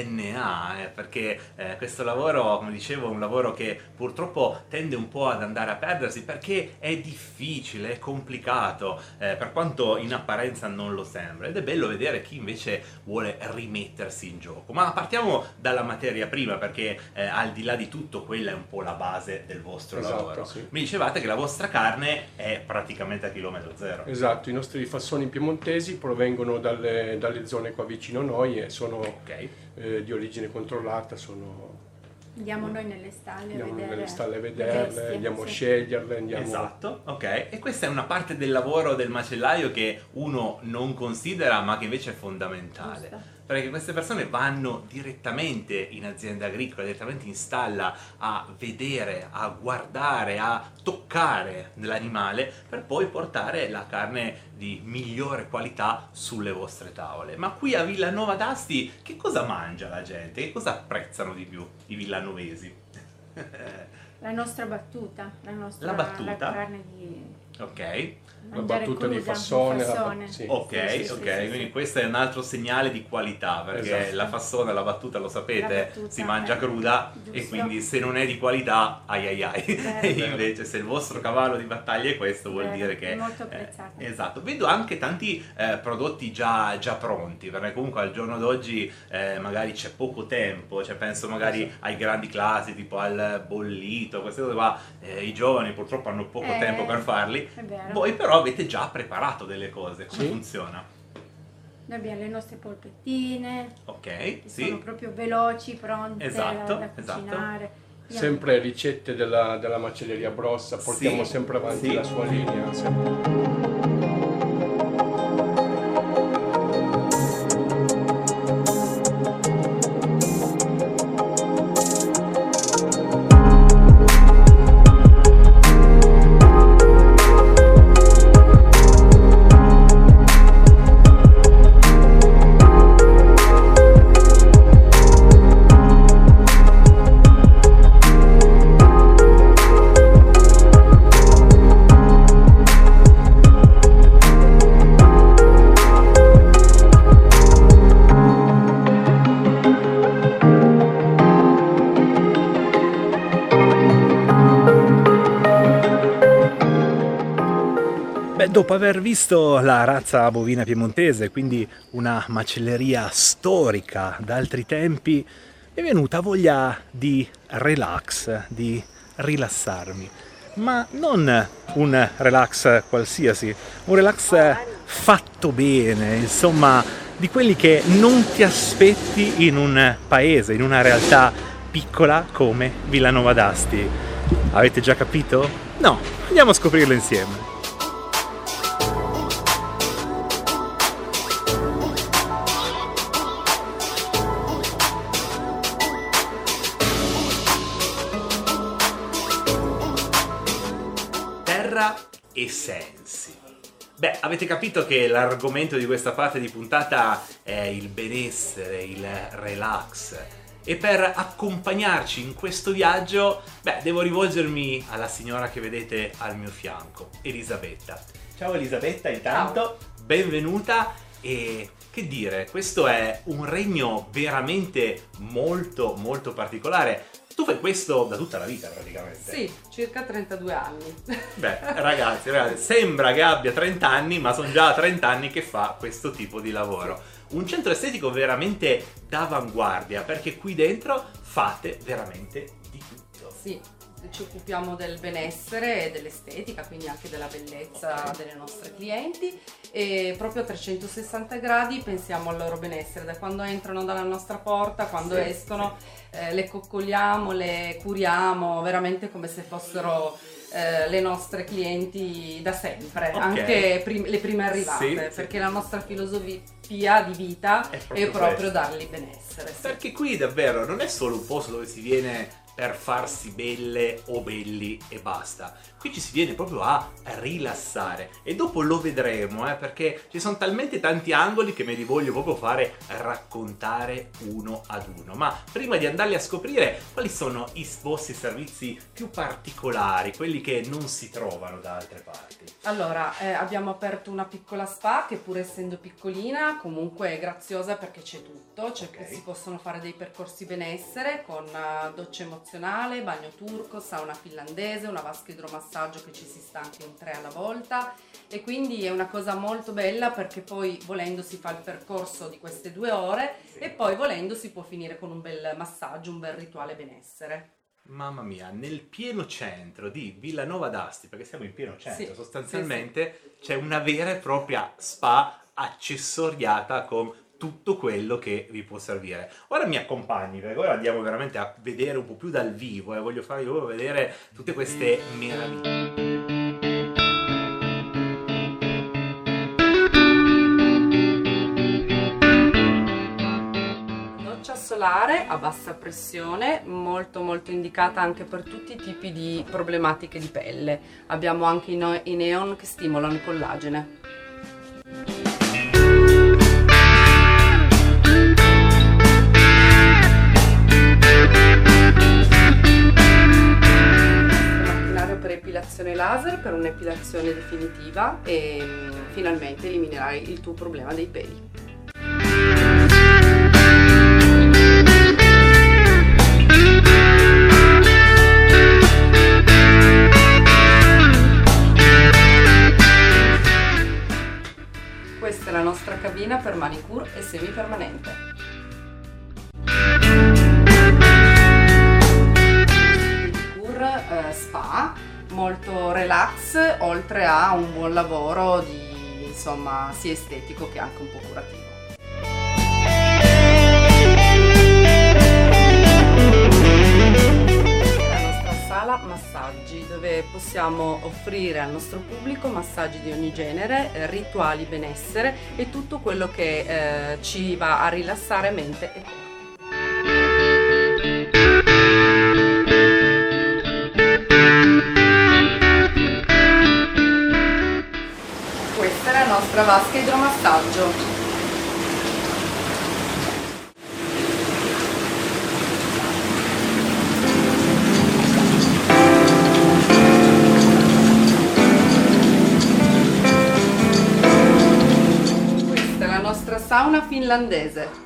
DNA, perché questo lavoro, come dicevo, è un lavoro che purtroppo tende un po' ad andare a perdersi, perché è difficile, è complicato, per quanto in apparenza non lo sembra, ed è bello vedere chi invece vuole rimettersi in gioco. Ma partiamo dalla materia prima, perché al di là di tutto quella è un po' la base del vostro lavoro. Sì. Mi dicevate che la vostra carne è praticamente a chilometro zero. Esatto, i nostri fassoni piemontesi provengono dalle zone qua vicino a noi e sono di origine controllata, Andiamo noi nelle stalle a vederle, andiamo a sceglierle, Esatto, ok. E questa è una parte del lavoro del macellaio che uno non considera, ma che invece è fondamentale. Giusto. Perché queste persone vanno direttamente in azienda agricola, direttamente in stalla a vedere, a guardare, a toccare l'animale, per poi portare la carne di migliore qualità sulle vostre tavole. Ma qui a Villanova d'Asti che cosa mangia la gente? Che cosa apprezzano di più i villanovesi? La nostra battuta, la carne di... Ok. La battuta di fassone. Sì. Ok, quindi questo è un altro segnale di qualità, perché la fassone, la battuta, lo sapete, si mangia cruda, giusto. E quindi se non è di qualità, ai. E invece se il vostro cavallo di battaglia è questo, vuol dire che è molto apprezzato. Esatto. Vedo anche tanti prodotti già pronti, perché comunque al giorno d'oggi magari c'è poco tempo, cioè penso magari ai grandi classici, tipo al bollito, queste cose qua, i giovani purtroppo hanno poco tempo per farli. Voi però avete già preparato delle cose, come funziona? Noi abbiamo le nostre polpettine, ok, che sono proprio veloci, pronte da cucinare. sempre ricette della macelleria Brossa, portiamo sempre avanti la sua linea. Dopo aver visto la razza bovina piemontese, quindi una macelleria storica d'altri tempi, mi è venuta voglia di relax, di rilassarmi. Ma non un relax qualsiasi, un relax fatto bene, insomma, di quelli che non ti aspetti in un paese, in una realtà piccola come Villanova d'Asti. Avete già capito? No, andiamo a scoprirlo insieme. E sensi. Beh, avete capito che l'argomento di questa parte di puntata è il benessere, il relax. E per accompagnarci in questo viaggio, devo rivolgermi alla signora che vedete al mio fianco, Elisabetta. Ciao Elisabetta, intanto, benvenuta. E che dire, questo è un regno veramente molto molto particolare. Tu fai questo da tutta la vita praticamente. Sì, circa 32 anni. Beh, ragazzi, sembra che abbia 30 anni, ma sono già 30 anni che fa questo tipo di lavoro. Un centro estetico veramente d'avanguardia, perché qui dentro fate veramente di tutto. Sì, ci occupiamo del benessere e dell'estetica, quindi anche della bellezza delle nostre clienti, e proprio a 360 gradi pensiamo al loro benessere, da quando entrano dalla nostra porta, quando escono, le coccoliamo, le curiamo veramente come se fossero le nostre clienti da sempre, anche le prime arrivate, perché la nostra filosofia di vita è proprio dargli benessere. Perché qui davvero non è solo un posto dove si viene per farsi belle o belli e basta. Qui ci si viene proprio a rilassare, e dopo lo vedremo, perché ci sono talmente tanti angoli che me li voglio proprio fare raccontare uno ad uno. Ma prima di andarli a scoprire, quali sono i vostri servizi più particolari, quelli che non si trovano da altre parti? Allora, abbiamo aperto una piccola spa che, pur essendo piccolina, comunque è graziosa perché c'è tutto, si possono fare dei percorsi benessere con doccia emozionale, bagno turco, sauna finlandese, una vasca idromassaggio che ci si sta anche in 3 alla volta, e quindi è una cosa molto bella perché poi volendo si fa il percorso di queste 2 ore e poi volendo si può finire con un bel massaggio, un bel rituale benessere. Mamma mia, nel pieno centro di Villanova d'Asti, perché siamo in pieno centro, sostanzialmente c'è una vera e propria spa accessoriata con tutto quello che vi può servire. Ora mi accompagni, perché ora andiamo veramente a vedere un po' più dal vivo, voglio farvi proprio vedere tutte queste meraviglie. Solare a bassa pressione, molto molto indicata anche per tutti i tipi di problematiche di pelle. Abbiamo anche i neon che stimolano il collagene. Macchinario per epilazione laser, per un'epilazione definitiva, e finalmente eliminerai il tuo problema dei peli. Questa è la nostra cabina per manicure e semipermanente. Manicure spa, molto relax, oltre a un buon lavoro di, insomma, sia estetico che anche un po' curativo. Massaggi, dove possiamo offrire al nostro pubblico massaggi di ogni genere, rituali benessere e tutto quello che ci va a rilassare mente e corpo. Questa è la nostra vasca idromassaggio. Nostra sauna finlandese.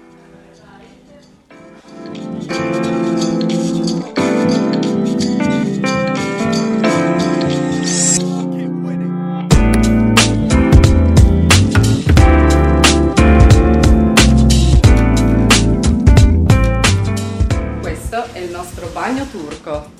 Questo è il nostro bagno turco.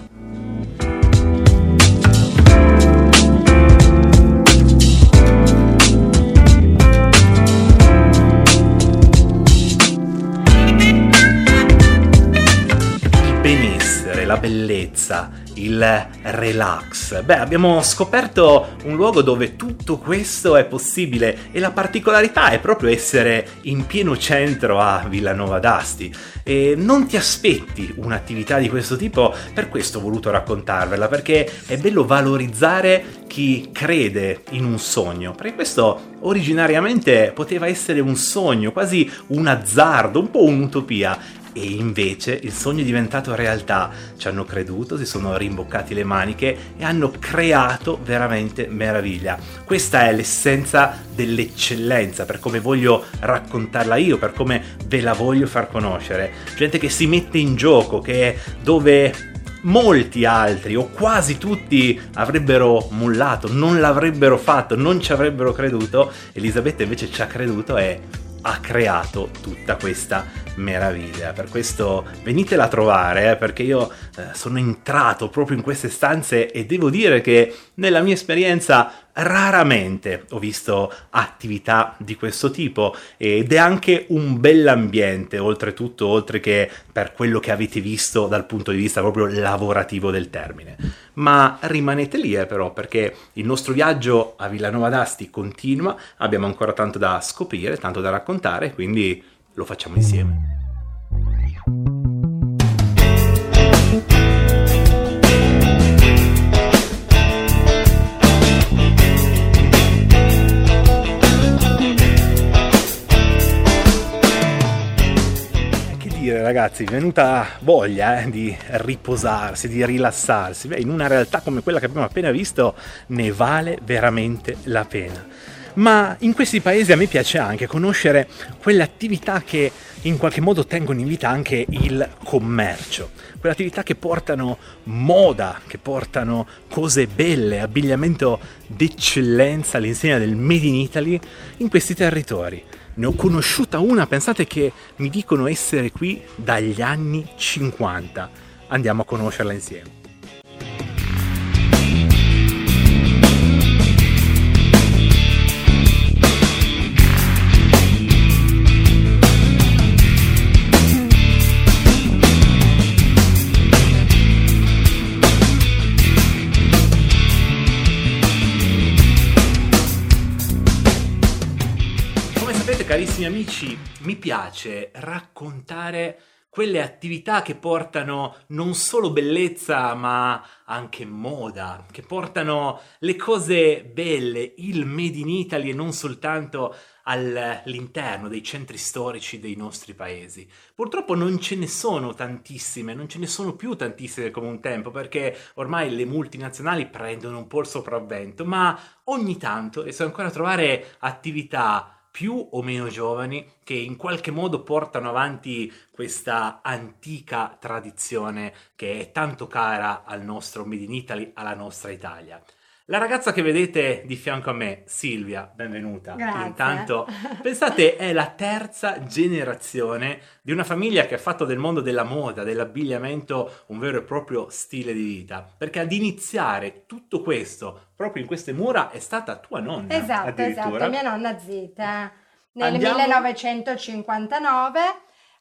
La bellezza, il relax. Beh, abbiamo scoperto un luogo dove tutto questo è possibile e la particolarità è proprio essere in pieno centro a Villanova d'Asti. E non ti aspetti un'attività di questo tipo, per questo ho voluto raccontarvela, perché è bello valorizzare chi crede in un sogno, perché questo originariamente poteva essere un sogno, quasi un azzardo, un po' un'utopia. E invece il sogno è diventato realtà, ci hanno creduto, si sono rimboccati le maniche e hanno creato veramente meraviglia. Questa è l'essenza dell'eccellenza, per come voglio raccontarla io, per come ve la voglio far conoscere. Gente che si mette in gioco, che è dove molti altri o quasi tutti avrebbero mollato, non l'avrebbero fatto, non ci avrebbero creduto, Elisabetta invece ci ha creduto e ha creato tutta questa meraviglia. Per questo venitela a trovare, perché io sono entrato proprio in queste stanze e devo dire che nella mia esperienza raramente ho visto attività di questo tipo, ed è anche un bell'ambiente, oltretutto, oltre che per quello che avete visto dal punto di vista proprio lavorativo del termine. Ma rimanete lì però, perché il nostro viaggio a Villanova d'Asti continua, abbiamo ancora tanto da scoprire, tanto da raccontare, quindi lo facciamo insieme. Ragazzi, è venuta voglia di riposarsi, di rilassarsi. Beh, in una realtà come quella che abbiamo appena visto ne vale veramente la pena. Ma in questi paesi a me piace anche conoscere quelle attività che in qualche modo tengono in vita anche il commercio, quelle attività che portano moda, che portano cose belle, abbigliamento d'eccellenza all'insegna del Made in Italy in questi territori. Ne ho conosciuta una, pensate che mi dicono essere qui dagli anni 50. Andiamo a conoscerla insieme. Carissimi amici, mi piace raccontare quelle attività che portano non solo bellezza ma anche moda, che portano le cose belle, il Made in Italy e non soltanto all'interno dei centri storici dei nostri paesi. Purtroppo non ce ne sono tantissime, non ce ne sono più tantissime come un tempo, perché ormai le multinazionali prendono un po' il sopravvento, ma ogni tanto riesco ancora a trovare attività più o meno giovani che in qualche modo portano avanti questa antica tradizione che è tanto cara al nostro Made in Italy, alla nostra Italia. La ragazza che vedete di fianco a me, Silvia, benvenuta. Grazie. Intanto, pensate, è la terza generazione di una famiglia che ha fatto del mondo della moda, dell'abbigliamento, un vero e proprio stile di vita. Perché ad iniziare tutto questo, proprio in queste mura, è stata tua nonna. Esatto, mia nonna Zita. Nel 1959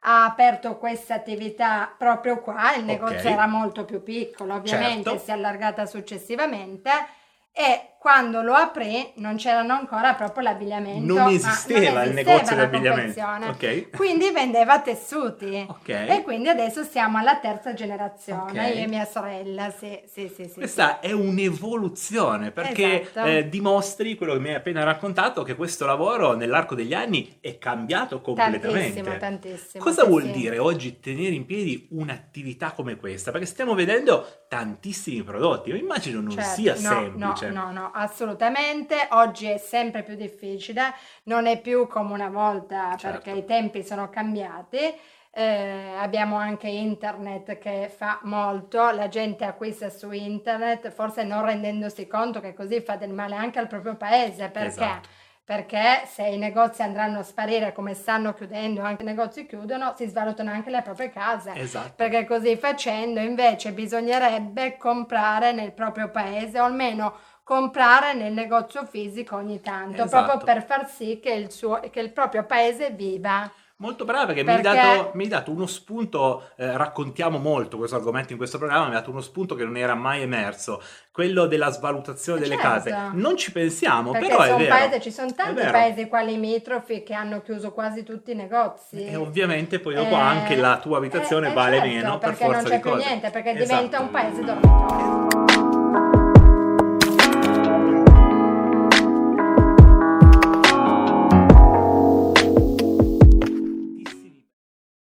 ha aperto questa attività proprio qua, il negozio era molto più piccolo, ovviamente si è allargata successivamente e quando lo aprì non c'erano ancora proprio l'abbigliamento. Non esisteva il negozio di abbigliamento. Quindi vendeva tessuti. E quindi adesso siamo alla terza generazione, io e mia sorella. Sì. Questa è un'evoluzione, perché dimostri quello che mi hai appena raccontato, che questo lavoro nell'arco degli anni è cambiato completamente. Tantissimo. Cosa vuol dire oggi tenere in piedi un'attività come questa? Perché stiamo vedendo tantissimi prodotti, io immagino non sia semplice. No, assolutamente. Oggi è sempre più difficile, non è più come una volta, perché i tempi sono cambiati. Abbiamo anche internet che fa molto, la gente acquista su internet, forse non rendendosi conto che così fa del male anche al proprio paese, perché se i negozi andranno a sparire come stanno chiudendo, anche i negozi chiudono, si svalutano anche le proprie case, perché così facendo invece bisognerebbe comprare nel proprio paese, o almeno comprare nel negozio fisico ogni tanto, proprio per far sì che il proprio paese viva. Molto brava, perché mi hai dato uno spunto, raccontiamo molto questo argomento in questo programma, mi hai dato uno spunto che non era mai emerso, quello della svalutazione delle case. Non ci pensiamo, perché però è vero. Ci sono tanti paesi qua limitrofi che hanno chiuso quasi tutti i negozi. E ovviamente poi dopo anche la tua abitazione vale meno, per forza di cose. Perché non c'è più niente, perché diventa un paese dormitorio.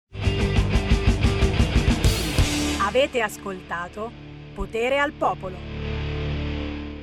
Avete ascoltato Potere al Popolo.